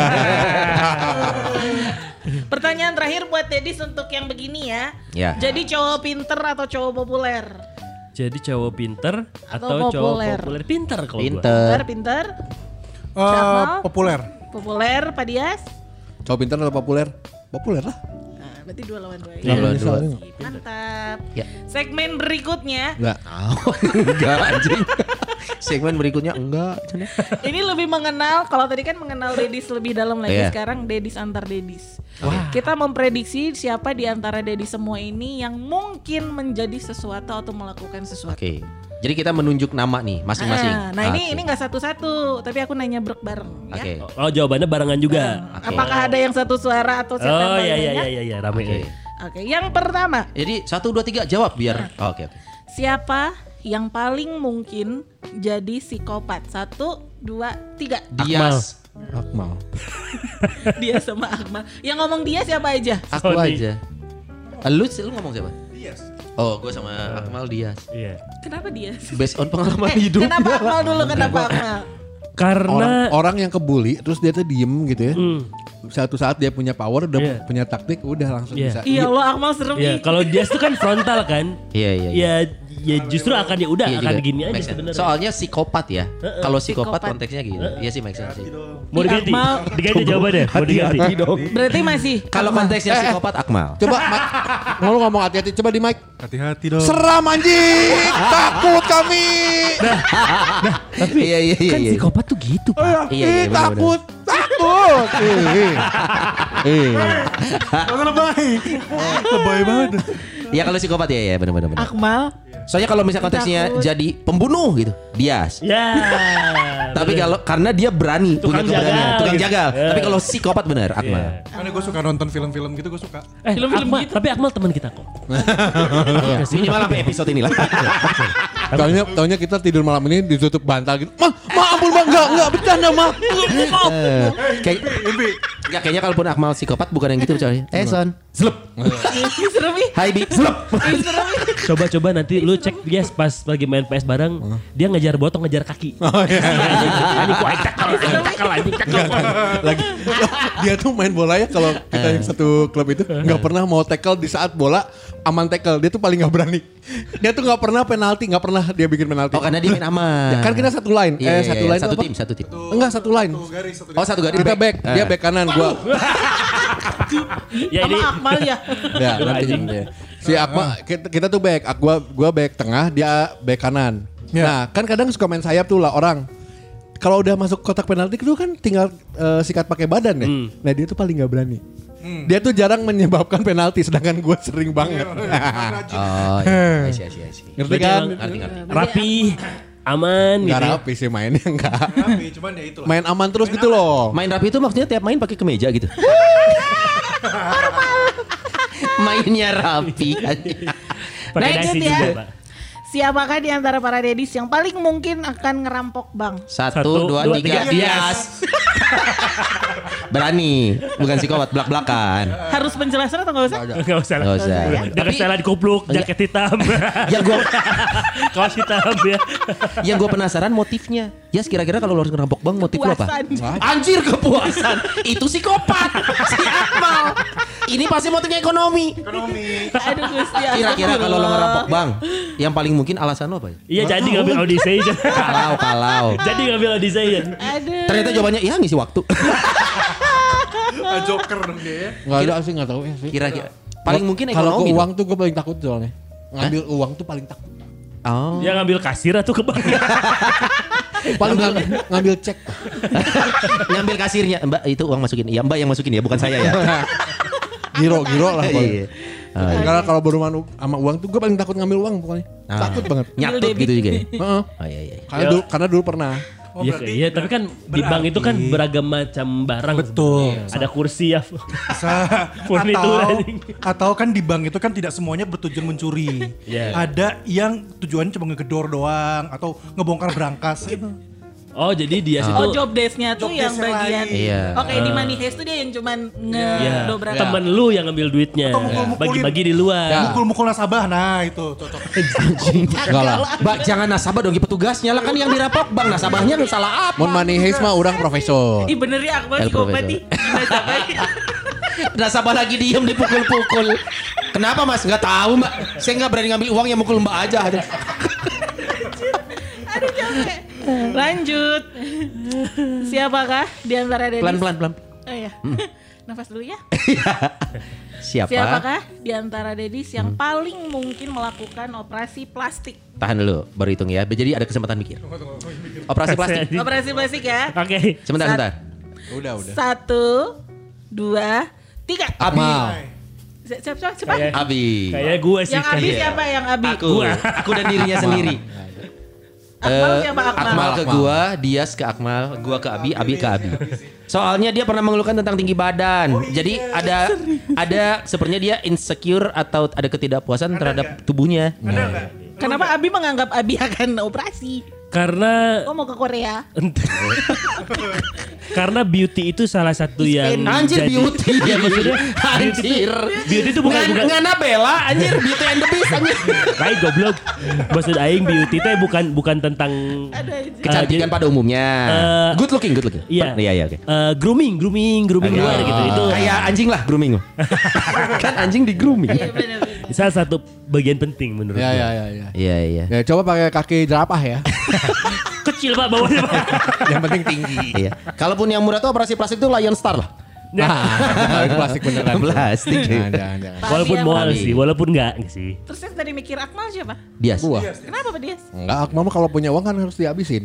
Pertanyaan terakhir buat Dedis untuk yang begini ya. Ya. Jadi cowok pinter atau cowok populer? Jadi cowok pinter Atau atau cowok populer? populer? Pinter kalau gua. Pinter. Pinter. Siapa? Populer. Populer, Pak Dias? Cowok pintar atau populer? Populer lah. Nah, berarti 2 lawan 2 Dua lawan dua. Mantap. Ya. Segmen berikutnya. Enggak. Enggak anjing. Segmen berikutnya enggak. Ini lebih mengenal, kalau tadi kan mengenal Dedis lebih dalam lagi, Iya. sekarang Dedis antar Dedis. Kita memprediksi siapa di antara Dedis semua ini yang mungkin menjadi sesuatu atau melakukan sesuatu. Oke. Jadi kita menunjuk nama nih masing-masing. Nah Oke. ini nggak satu-satu, tapi aku nanya bareng ya. Oke. Oh jawabannya barengan juga. Apakah ada yang satu suara atau siapa Oh yang iya paling banyak? iya rame. Oke. Oke, yang pertama, Jadi 1, 2, 3 jawab biar. Oke. siapa yang paling mungkin jadi psikopat? 1, 2, 3. Dias. Akmal. Dia sama Akmal. Yang ngomong dia siapa aja? Aku Sony. aja. Lu ngomong siapa? Dias. Oh, gue sama Akmal Dias. Iya. Kenapa dia? Based on pengalaman hidup. Kenapa Akmal dulu? Kenapa Akmal? Karena Orang yang kebuli terus dia tuh diem gitu ya. Satu saat dia punya power, udah Iya. punya taktik, udah langsung Iya. bisa. Iya Allah Akmal serem ya nih. kalau dia tuh kan frontal kan. Iya. Ya justru akan ya udah Iya akan juga. gini aja Make sense. sebenarnya. Soalnya psikopat ya. Kalau psikopat Psikopat. konteksnya gitu. Iya sih make sense sih. Mau diganti? Akmal. Diganti jawabannya. Mau diganti. Berarti masih Kalau konteksnya psikopat Akmal. Coba mau ngomong hati-hati, coba di mic. Hati-hati dong. Seram anjing, takut kami. Tapi Iya. kan psikopat tuh gitu Pak. Iya, benar-benar. takut. Gak lebay. Lebay banget. Iya kalau psikopat ya benar-benar. Akmal. Soalnya kalau misalnya konteksnya Takut. jadi pembunuh gitu, Dias. Ya. Tapi kalau karena dia berani, Tukang punya keberanian, jagal tukang gitu. jagal. Ya. Tapi kalau psikopat benar, Akmal. Iya. Karena gue suka nonton film-film gitu, gue suka. Film-film Akmal, gitu. tapi Akmal teman kita kok. Minimal sampai episode ini lah. Taunya kita tidur malam ini ditutup bantal gitu. Ma ampun bang, enggak bercanda ma. Kayak Enggak, kayaknya kalaupun Akmal psikopat bukan yang gitu coy. Son. Slep. Ih, serem ih. Hai Bi. Slep. Ih, serem ih. Coba nanti lu cek dia pas lagi main PS bareng, dia ngejar botong ngejar kaki. Ini gua tackle. Lagi dia tuh main bola ya kalau kita yang satu klub itu nggak pernah mau tackle di saat bola aman tackle. Dia tuh paling nggak berani. Dia tuh nggak pernah penalti, nggak pernah dia bikin penalti. Oh karena dia main aman. Kan kita satu line. Iya, Satu iya, line satu apa? tim, satu tim. Enggak satu line. Oh satu garis. Kita back, dia back kanan, gua. Ya ini Sama Akmal ya. Ya, nanti ya. Si Akmal kita tuh back, gua back tengah, dia back kanan. Nah, kan kadang suka main sayap tuh lah orang. Kalau udah masuk kotak penalti itu kan tinggal sikat pakai badan ya. Nah, dia tuh paling nggak berani. Dia tuh jarang menyebabkan penalti, sedangkan gua sering banget. Oh iya. I see. Ngerti kan? Ngerti. rapi. aman Enggak gitu. rapi sih mainnya enggak. Rapi, cuman ya itulah. Main aman terus gitu loh. Main rapi itu maksudnya tiap main pakai kemeja gitu. Mainnya rapi. Pakai Lanjut dasi ya. juga, Pak. Siapakah di antara para dedis yang paling mungkin akan ngerampok bank? 1, 2, 3, Dias. Berani, bukan psikopat, belak-belakan. Harus penjelasan atau nggak usah? Enggak usah. Nggak usah. Dengan Tapi- setelan kupluk, jaket hitam. Yang gue Kaos hitam ya. yang gue penasaran motifnya. Ya kira-kira kalau lu harus ngerampok bank motif lu apa? Kepuasan. Anjir kepuasan. Itu psikopat. Si Akmal. Ini pasti motifnya ekonomi. Aduh Gusti. Kira-kira kalau lo ngerampok bank, yang paling mungkin alasan lo apa ya? Iya jadi ngambil Odyssey. Kalau. Jadi ngambil Odyssey. Aduh. Ternyata jawabannya ya ngisi waktu. Joker dong dia ya. Enggak ada sih enggak tahu ya sih. Kira-kira paling mungkin Kalau ekonomi. ke uang tuh gue paling takut soalnya. Ngambil uang tuh paling takut. Oh. Dia ngambil kasir atau ke bank. Paling ngambil cek. Ngambil kasirnya. Mbak itu uang masukin. Ya Mbak yang masukin ya, bukan saya ya. Giro lah pokoknya. Iya. Oh, iya. Karena kalau berhubungan sama uang tuh gue paling takut ngambil uang pokoknya. Takut banget. Nyatut gitu juga ya. Heeh. Oh iya iya. Karena dulu pernah. Oh, Iya, berarti iya, tapi kan di bank itu kan beragam macam barang. Betul. Ada kursi ya. Bisa. Furnitur atau, anjing. atau kan di bank itu kan tidak semuanya bertujuan mencuri. Iya. Ada yang tujuannya cuma ngegedor doang atau ngebongkar berangkas gitu. Oh jadi dia Oh situ. job desk-nya tuh Job yang desk yang bagian. lain. Iya. Oke di Money Heist tuh dia yang cuman Ya, ngedobrak. temen lu yang ngambil duitnya. Atau mukul-mukulin. Bagi-bagi di luar. Mukul-mukul nasabah, nah itu cocok. Enggak lah. Mbak jangan nasabah dong petugasnya lah kan yang dirampok bank nasabahnya salah apa? Mon Money Heist mah orang profesor. Ih bener ya Akmal El psikopat Profesor. nih. Gimana capeknya? Nasabah lagi diem dipukul-pukul. Kenapa mas? Nggak tahu mbak. Saya nggak berani ngambil uang yang mukul mbak aja. Aduh capek. Lanjut. Siapakah di antara dedis? Pelan. Oh iya. Nafas dulu ya. Siapa? Siapakah di antara dedis yang paling mungkin melakukan operasi plastik? Tahan dulu, baru hitung ya. Jadi ada kesempatan mikir. Operasi plastik. Operasi plastik ya. Oke. Sebentar. Udah. 1, 2, 3. Abi. Siapa? Abi. Kayak gue sih. Yang Abi kayak. siapa yang Abi? Aku dan dirinya sendiri. Akmal siapa Akmal? Akmal ke gua, Dias ke Akmal, gua ke Abi ke Abi. Soalnya dia pernah mengeluhkan tentang tinggi badan. Jadi ada sepertinya dia insecure atau ada ketidakpuasan terhadap tubuhnya. Kenapa Abi menganggap Abi akan operasi? Karena Oh mau ke Korea? karena beauty itu salah satu yang Anjir beauty. Ya maksudnya Anjir. beauty itu bukan Ngana Bella anjir Beauty and the Beast anjir. lain goblok. Maksud aing beauty itu bukan tentang Kecantikan pada umumnya. Good looking. Iya. Iya oke. grooming luar gitu. Itu Kayak anjing lah grooming. Kan anjing di grooming. salah satu bagian penting menurut Ya. gue. Iya. Ya coba pakai kaki jerapah ya. Kecil Pak bawahnya Pak. Yang penting tinggi. Iya. Kalaupun yang murah tuh operasi plastik tuh Lion Star lah. Nah, itu plastik beneran. Plastik. Jangan. Walaupun Abi mahal Abi. sih, walaupun enggak sih. Terus yang tadi mikir Akmal siapa? Dias. Gua. Kenapa Pak Dias? Enggak, Mama kalau punya uang kan harus dihabisin.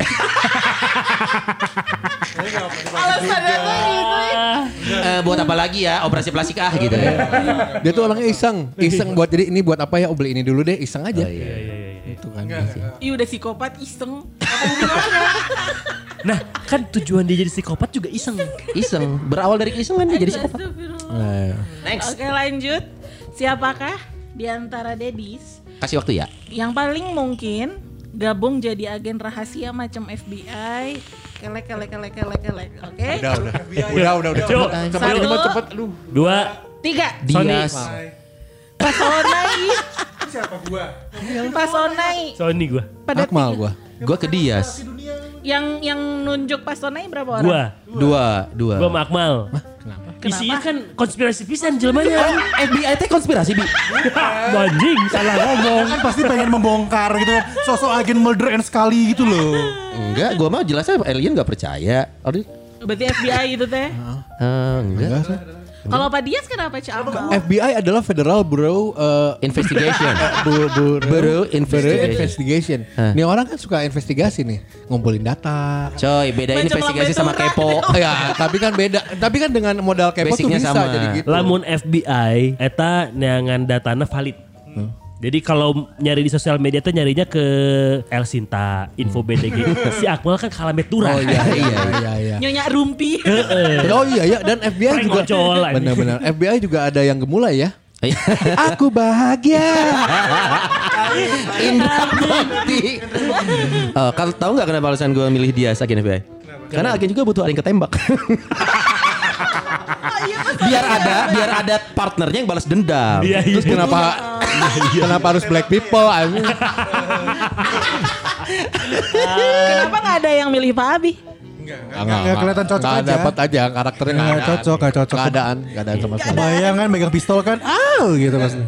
Alasannya tuh gitu ya. Buat apa lagi ya operasi plastik gitu. Dia tuh orangnya iseng buat jadi ini buat apa ya? Oh beli ini dulu deh, iseng aja. Itu kan. Ih udah psikopat iseng. Apa hubungannya? Nah, kan tujuan dia jadi psikopat juga iseng. Iseng. Berawal dari iseng kan dia jadi psikopat. Astagfirullah. Next. Oke lanjut. Siapakah di antara dedis Kasih waktu ya. yang paling mungkin gabung jadi agen rahasia macam FBI? Kelek. Oke. Udah. Coba, Cepet. Aduh. 2, 3. Dias. Pasonai. Siapa gua? Pasonai. Sony gua. Pada Akmal 3. gua. Gua ke Dias. Yang nunjuk Pasonai berapa orang? Gua Dua. sama Akmal. Isinya kan konspirasi pisan jelmanya. FBI teh konspirasi bi. Anjing, salah ngomong. Kan pasti pengen membongkar gitu kan. Sosok agen Mulder and Scully gitu loh. Enggak, gua mah jelasnya alien gak percaya. Berarti FBI gitu teh. Enggak. Kalau Pak Dias kenapa Akmal? FBI adalah Federal Bureau Investigation. Bureau Bureau Investigation. Investigation. Nih orang kan suka investigasi nih, ngumpulin data. Coy, bedain Macam investigasi lambe sama turah. kepo. Ya, tapi kan beda. Tapi kan dengan modal kepo tuh Basicnya bisa sama. jadi gitu. Lamun FBI eta neangan datana valid. Jadi kalau nyari di sosial media tuh nyarinya ke El Sinta, Info BTG. Si Akmal kan Kalamet Turah. Oh iya. Nyonya Rumpi. Oh iya dan FBI Prank juga. kocol, anjing. Benar-benar. FBI juga ada yang gemulai ya. Aku bahagia. Indah Bakti. Kalau tahu nggak kenapa alasan gue milih dia agen FBI? Karena agen juga butuh ada yang ketembak. biar ada partnernya yang balas dendam. Iya. Terus kenapa harus black people? Kenapa nggak ada yang milih Pak Abi? Enggak kelihatan cocok Nggak aja. dapat aja karakternya Nggak nggak cocok, nggak cocok. Keadaan sama sekali. Bayang kan megang pistol kan, gitu pasti.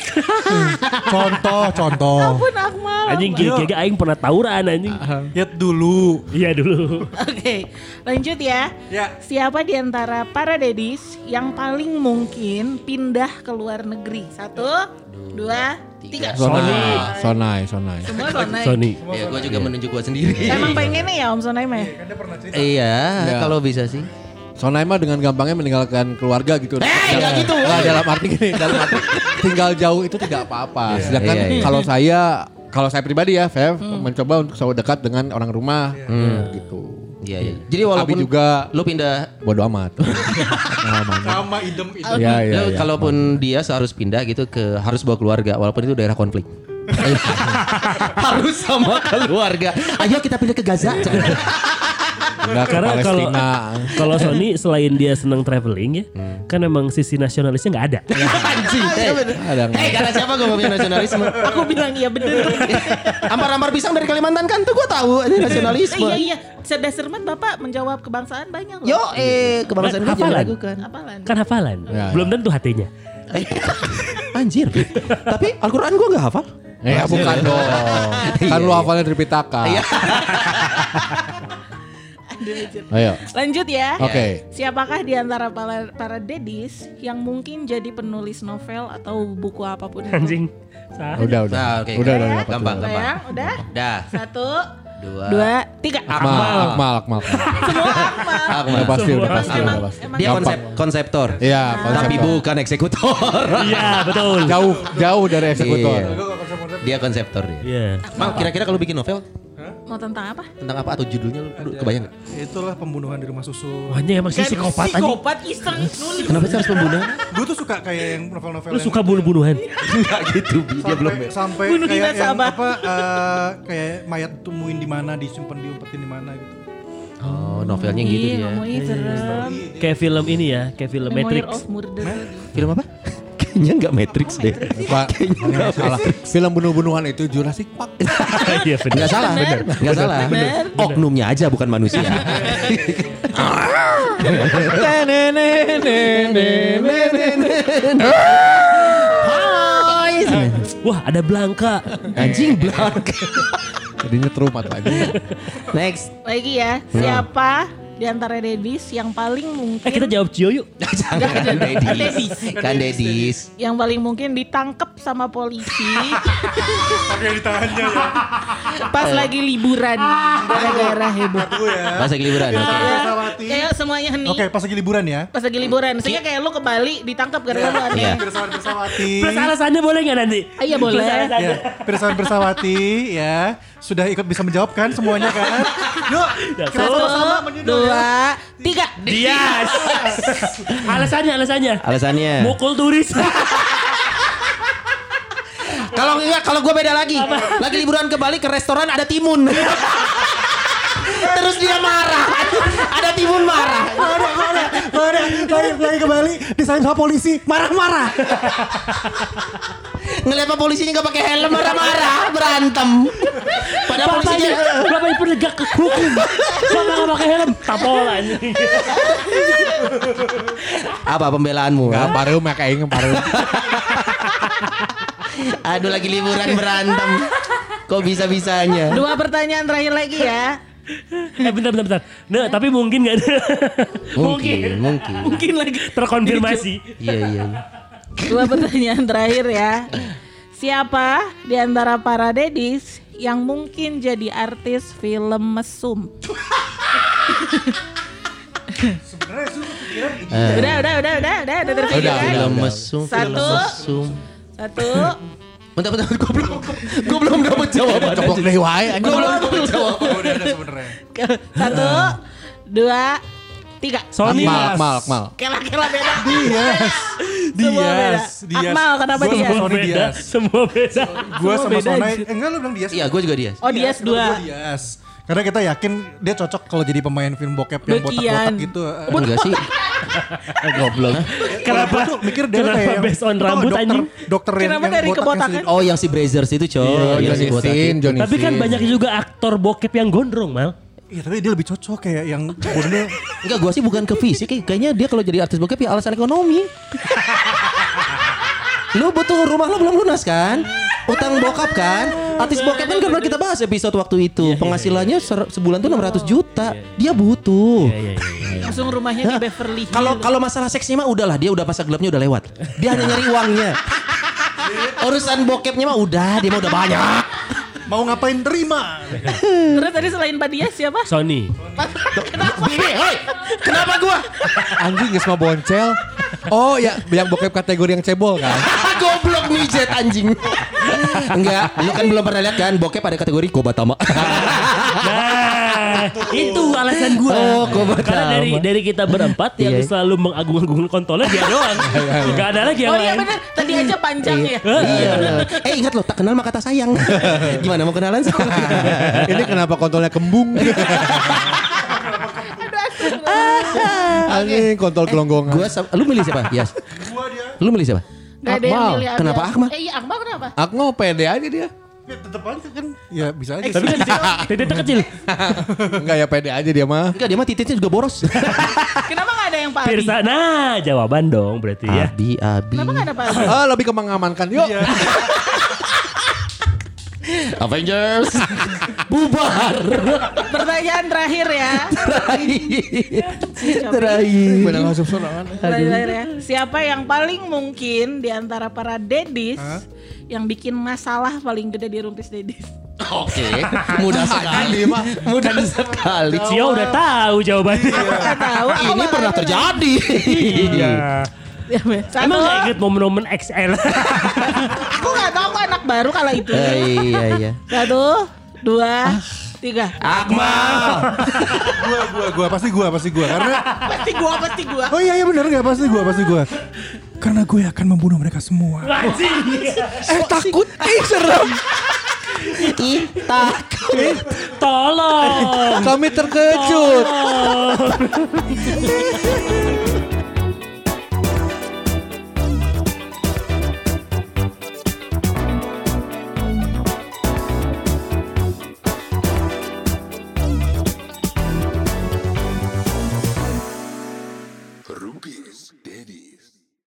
Contoh. Ampun Akmal. Anjing gigi aing pernah tawuran anjing. Lihat dulu. Iya dulu. Oke, lanjut ya. Ya. Siapa di antara para dedis yang paling mungkin pindah ke luar negeri? 1, 2, 3. Sonai. Semua Sonai. Sony. Ya gue juga menunjuk gue sendiri. Emang pengennya ya Om Sonai mah? Iya, kalau bisa sih. Sonai mah dengan gampangnya meninggalkan keluarga gitu. Nggak gitu. Nah, dalam arti gini, tinggal jauh itu tidak apa-apa. Sedangkan Iya. kalau saya pribadi ya, Fev, mencoba untuk selalu dekat dengan orang rumah, gitu. Iya. Jadi walaupun Abi juga lu pindah, bodo amat. Sama idem. lu kalaupun dia harus pindah gitu harus bawa keluarga, walaupun itu daerah konflik. Harus sama keluarga. Ayo kita pindah ke Gaza. Enggak ke Karena Palestina. kalau Sony selain dia senang traveling ya, kan emang sisi nasionalisnya nggak ada. Anjing. Ada nggak? Karena siapa gue ngomongin nasionalisme? Aku bilang iya bener. Ampar-ampar pisang dari Kalimantan kan tuh gue tahu ini nasionalisme. Iya. Cerdas cermat Bapak menjawab kebangsaan banyak loh. Yo, kebangsaan gue jangan Hafalan. lakukan. Apalan? Kan hafalan. Ya. Belum tentu hatinya. Anjir. Tapi Al-Quran gue gak hafal. Ya bukan dong. Kan lu hafalnya dari Pitaka. Ayo. Lanjut ya. Oke. Siapakah di antara para dedis yang mungkin jadi penulis novel atau buku apapun itu? Anjing. Sah. Udah. Nah, oke. Udah Gampang. Udah? Dah. 1, 2, 2, 3. Akmal. Semua Akmal. Udah pasti. Emang Dia konseptor. Iya, Tapi konseptor. bukan eksekutor. Iya betul. Jauh dari eksekutor. Iya. Dia konseptor dia. Iya. Mal, kira-kira kalau bikin novel Mau tentang apa? tentang apa atau judulnya lu kebayang gak? Itulah pembunuhan di rumah susu. Anjing emang sih psikopat anjing. Psikopat iseng nulis. Kenapa sih harus pembunuhan? Gue tuh suka kayak yang novel-novel Lu yang suka bunuh-bunuhan? Enggak gitu, dia belum. sampai Bunuh kayak diri yang sama. kayak mayat temuin di mana, disimpan diumpetin di mana gitu. Oh, novelnya gitu Iya, dia. ngomongin serem. Kayak film ini ya, kayak film Memoir Matrix. of Murder. Film apa? Kayaknya enggak Matrix deh. Pak, salah. Film bunuh-bunuhan itu Jurassic Park. Iya benar. Enggak salah, enggak salah. Oknumnya aja bukan manusia. Wah ada Blanka. Anjing belak. Jadinya terumat lagi. Next. Lagi ya, siapa di antara dedis yang paling mungkin Kita jawab Cio yuk. Jangan Dedis. Kan Dedis. yang paling mungkin ditangkap sama polisi Pakai di tangannya ya. pas lagi liburan gara-gara heboh. Pas lagi liburan. Oke. Bersawati. Kayak semuanya hening. Oke, pas lagi liburan ya. Pas lagi liburan, maksudnya kayak lu ke Bali ditangkap gara-gara lu Iya. aneh. Bersawati. Plus alasannya boleh nggak nanti? Iya boleh. Ya, Pirsawan Bersawati ya sudah ikut bisa menjawab kan semuanya kan? Yuk, kita sama-sama 1, 2, 3. Dias. Alasannya. Alasannya. Mukul turis. Kalau enggak, kalau gue beda lagi. Lagi liburan ke Bali ke restoran ada timun. Terus dia marah. Ada timun marah. lagi ke Bali disalahin sama polisi marah-marah. Ngeliat pak polisinya nggak pakai helm marah-marah berantem. Padahal polisinya Bapak penegak hukum. Bapak nggak pakai helm. Tapolan. apa pembelaanmu? Enggak, ha? parum ya kayak parum. Aduh lagi liburan berantem. Kok bisa-bisanya? 2 pertanyaan terakhir lagi ya. Bentar. Nah, tapi mungkin nggak ada. Mungkin. Mungkin lagi. Terkonfirmasi. Iya. 2 pertanyaan terakhir ya. Siapa di antara para dedis yang mungkin jadi artis film mesum? Sebenarnya itu pikiran Udah terpikir kan? Film mesum, film Satu. mesum. 1, Bentar, gue belum dapat jawaban. Coba deh wae Gue belum dapat jawaban. Udah ada sebenarnya. 1, 2, 3. Sony. Akmal. Kela beda. Dias. Akmal, kenapa Gua Dias? sama Sony Dias. Semua beda. Gue sama beda, Sonai. anjir. Enggak lu bilang Dias. Iya, gue juga Dias. Oh Dias 2. Dias. Karena kita yakin dia cocok kalau jadi pemain film bokep yang botak-botak Bekian. gitu. Enggak sih. Goblok. Kenapa? Gua tuh mikir dia Kenapa kayak based on tau rambut, dokter, anjing? dokter Kenapa dari botak kebotakan? yang Oh, yang si Brazers itu, coy. Yang si botak itu. Johnny Tapi kan Sins. banyak juga aktor bokep yang gondrong, Mal. Iya tapi dia lebih cocok kayak yang bondel. Enggak, gue sih bukan ke fisik. Kayaknya dia kalau jadi artis bokep ya alasan ekonomi. Lu butuh rumah lu belum lunas kan? Utang bokap kan? Artis bokep kan pernah kita bahas episode waktu itu. Penghasilannya sebulan tuh 600 juta. Dia butuh. Iya. Langsung rumahnya di Beverly Hills. Kalau masalah seksnya mah udahlah, dia udah masa gelapnya udah lewat. Dia hanya nyari uangnya. Urusan bokepnya mah udah, dia mah udah banyak. Mau ngapain terima. Terus tadi selain Mbak Dias siapa? Sony. Bibi, hoi, kenapa gua? Anjing geus mah boncel. Oh ya, yang bokep kategori yang cebol kan. Goblok mijet anjing. Enggak, lu kan belum pernah lihat kan bokep ada kategori Kobatama. Nah, itu alasan gua. Oh, Kobatama. Karena dari kita berempat yang Iya. selalu mengagung-agungkan kontolnya dia doang. Gak ada lagi yang Oh iya lain. benar, tadi aja panjang ya. Iya. Ingat lo, tak kenal maka tak sayang. Gimana mau kenalan sama? Ini kenapa kontolnya kembung? Anjing kontol gelonggongan. Lu milih siapa? Yes. Lu milih siapa? Gak ada yang Akmal. milih Akmal. Kenapa Akmal? Iya Akmal kenapa? Akmal pede aja dia. Ya tetep aja kan. Ya bisa aja. Tapi kan titiknya kecil. Enggak ya pede aja dia mah. Enggak, dia mah titiknya juga boros. Kenapa gak ada yang Pak Abi? Pirsa, nah jawaban dong berarti ya. Abi. Kenapa gak ada Pak Abi? Lebih ke mengamankan. Yuk. Avengers. Bubar. Pertanyaan terakhir ya. Terakhir. Benar langsung sorangan. Terakhir ya. Siapa yang paling mungkin di antara para dedis yang bikin masalah paling gede di Rumpis Dedis? Oke, mudah sekali mah. Mudah sekali. Cio udah tahu jawabannya. Gak tahu. aku Ini malah pernah nanya. terjadi. Iya. Ya, Satu. Emang gak inget momen-momen XL? Aku gak tahu, aku anak baru kalau itu. Iya. 1, 2, 3. Akmal. Gua pasti gua karena Pasti gua. oh iya benar enggak pasti gua. Karena gue akan membunuh mereka semua. Anjing. Takut. Serem. Ih, takut. Tolong. Kami terkejut. Tolong.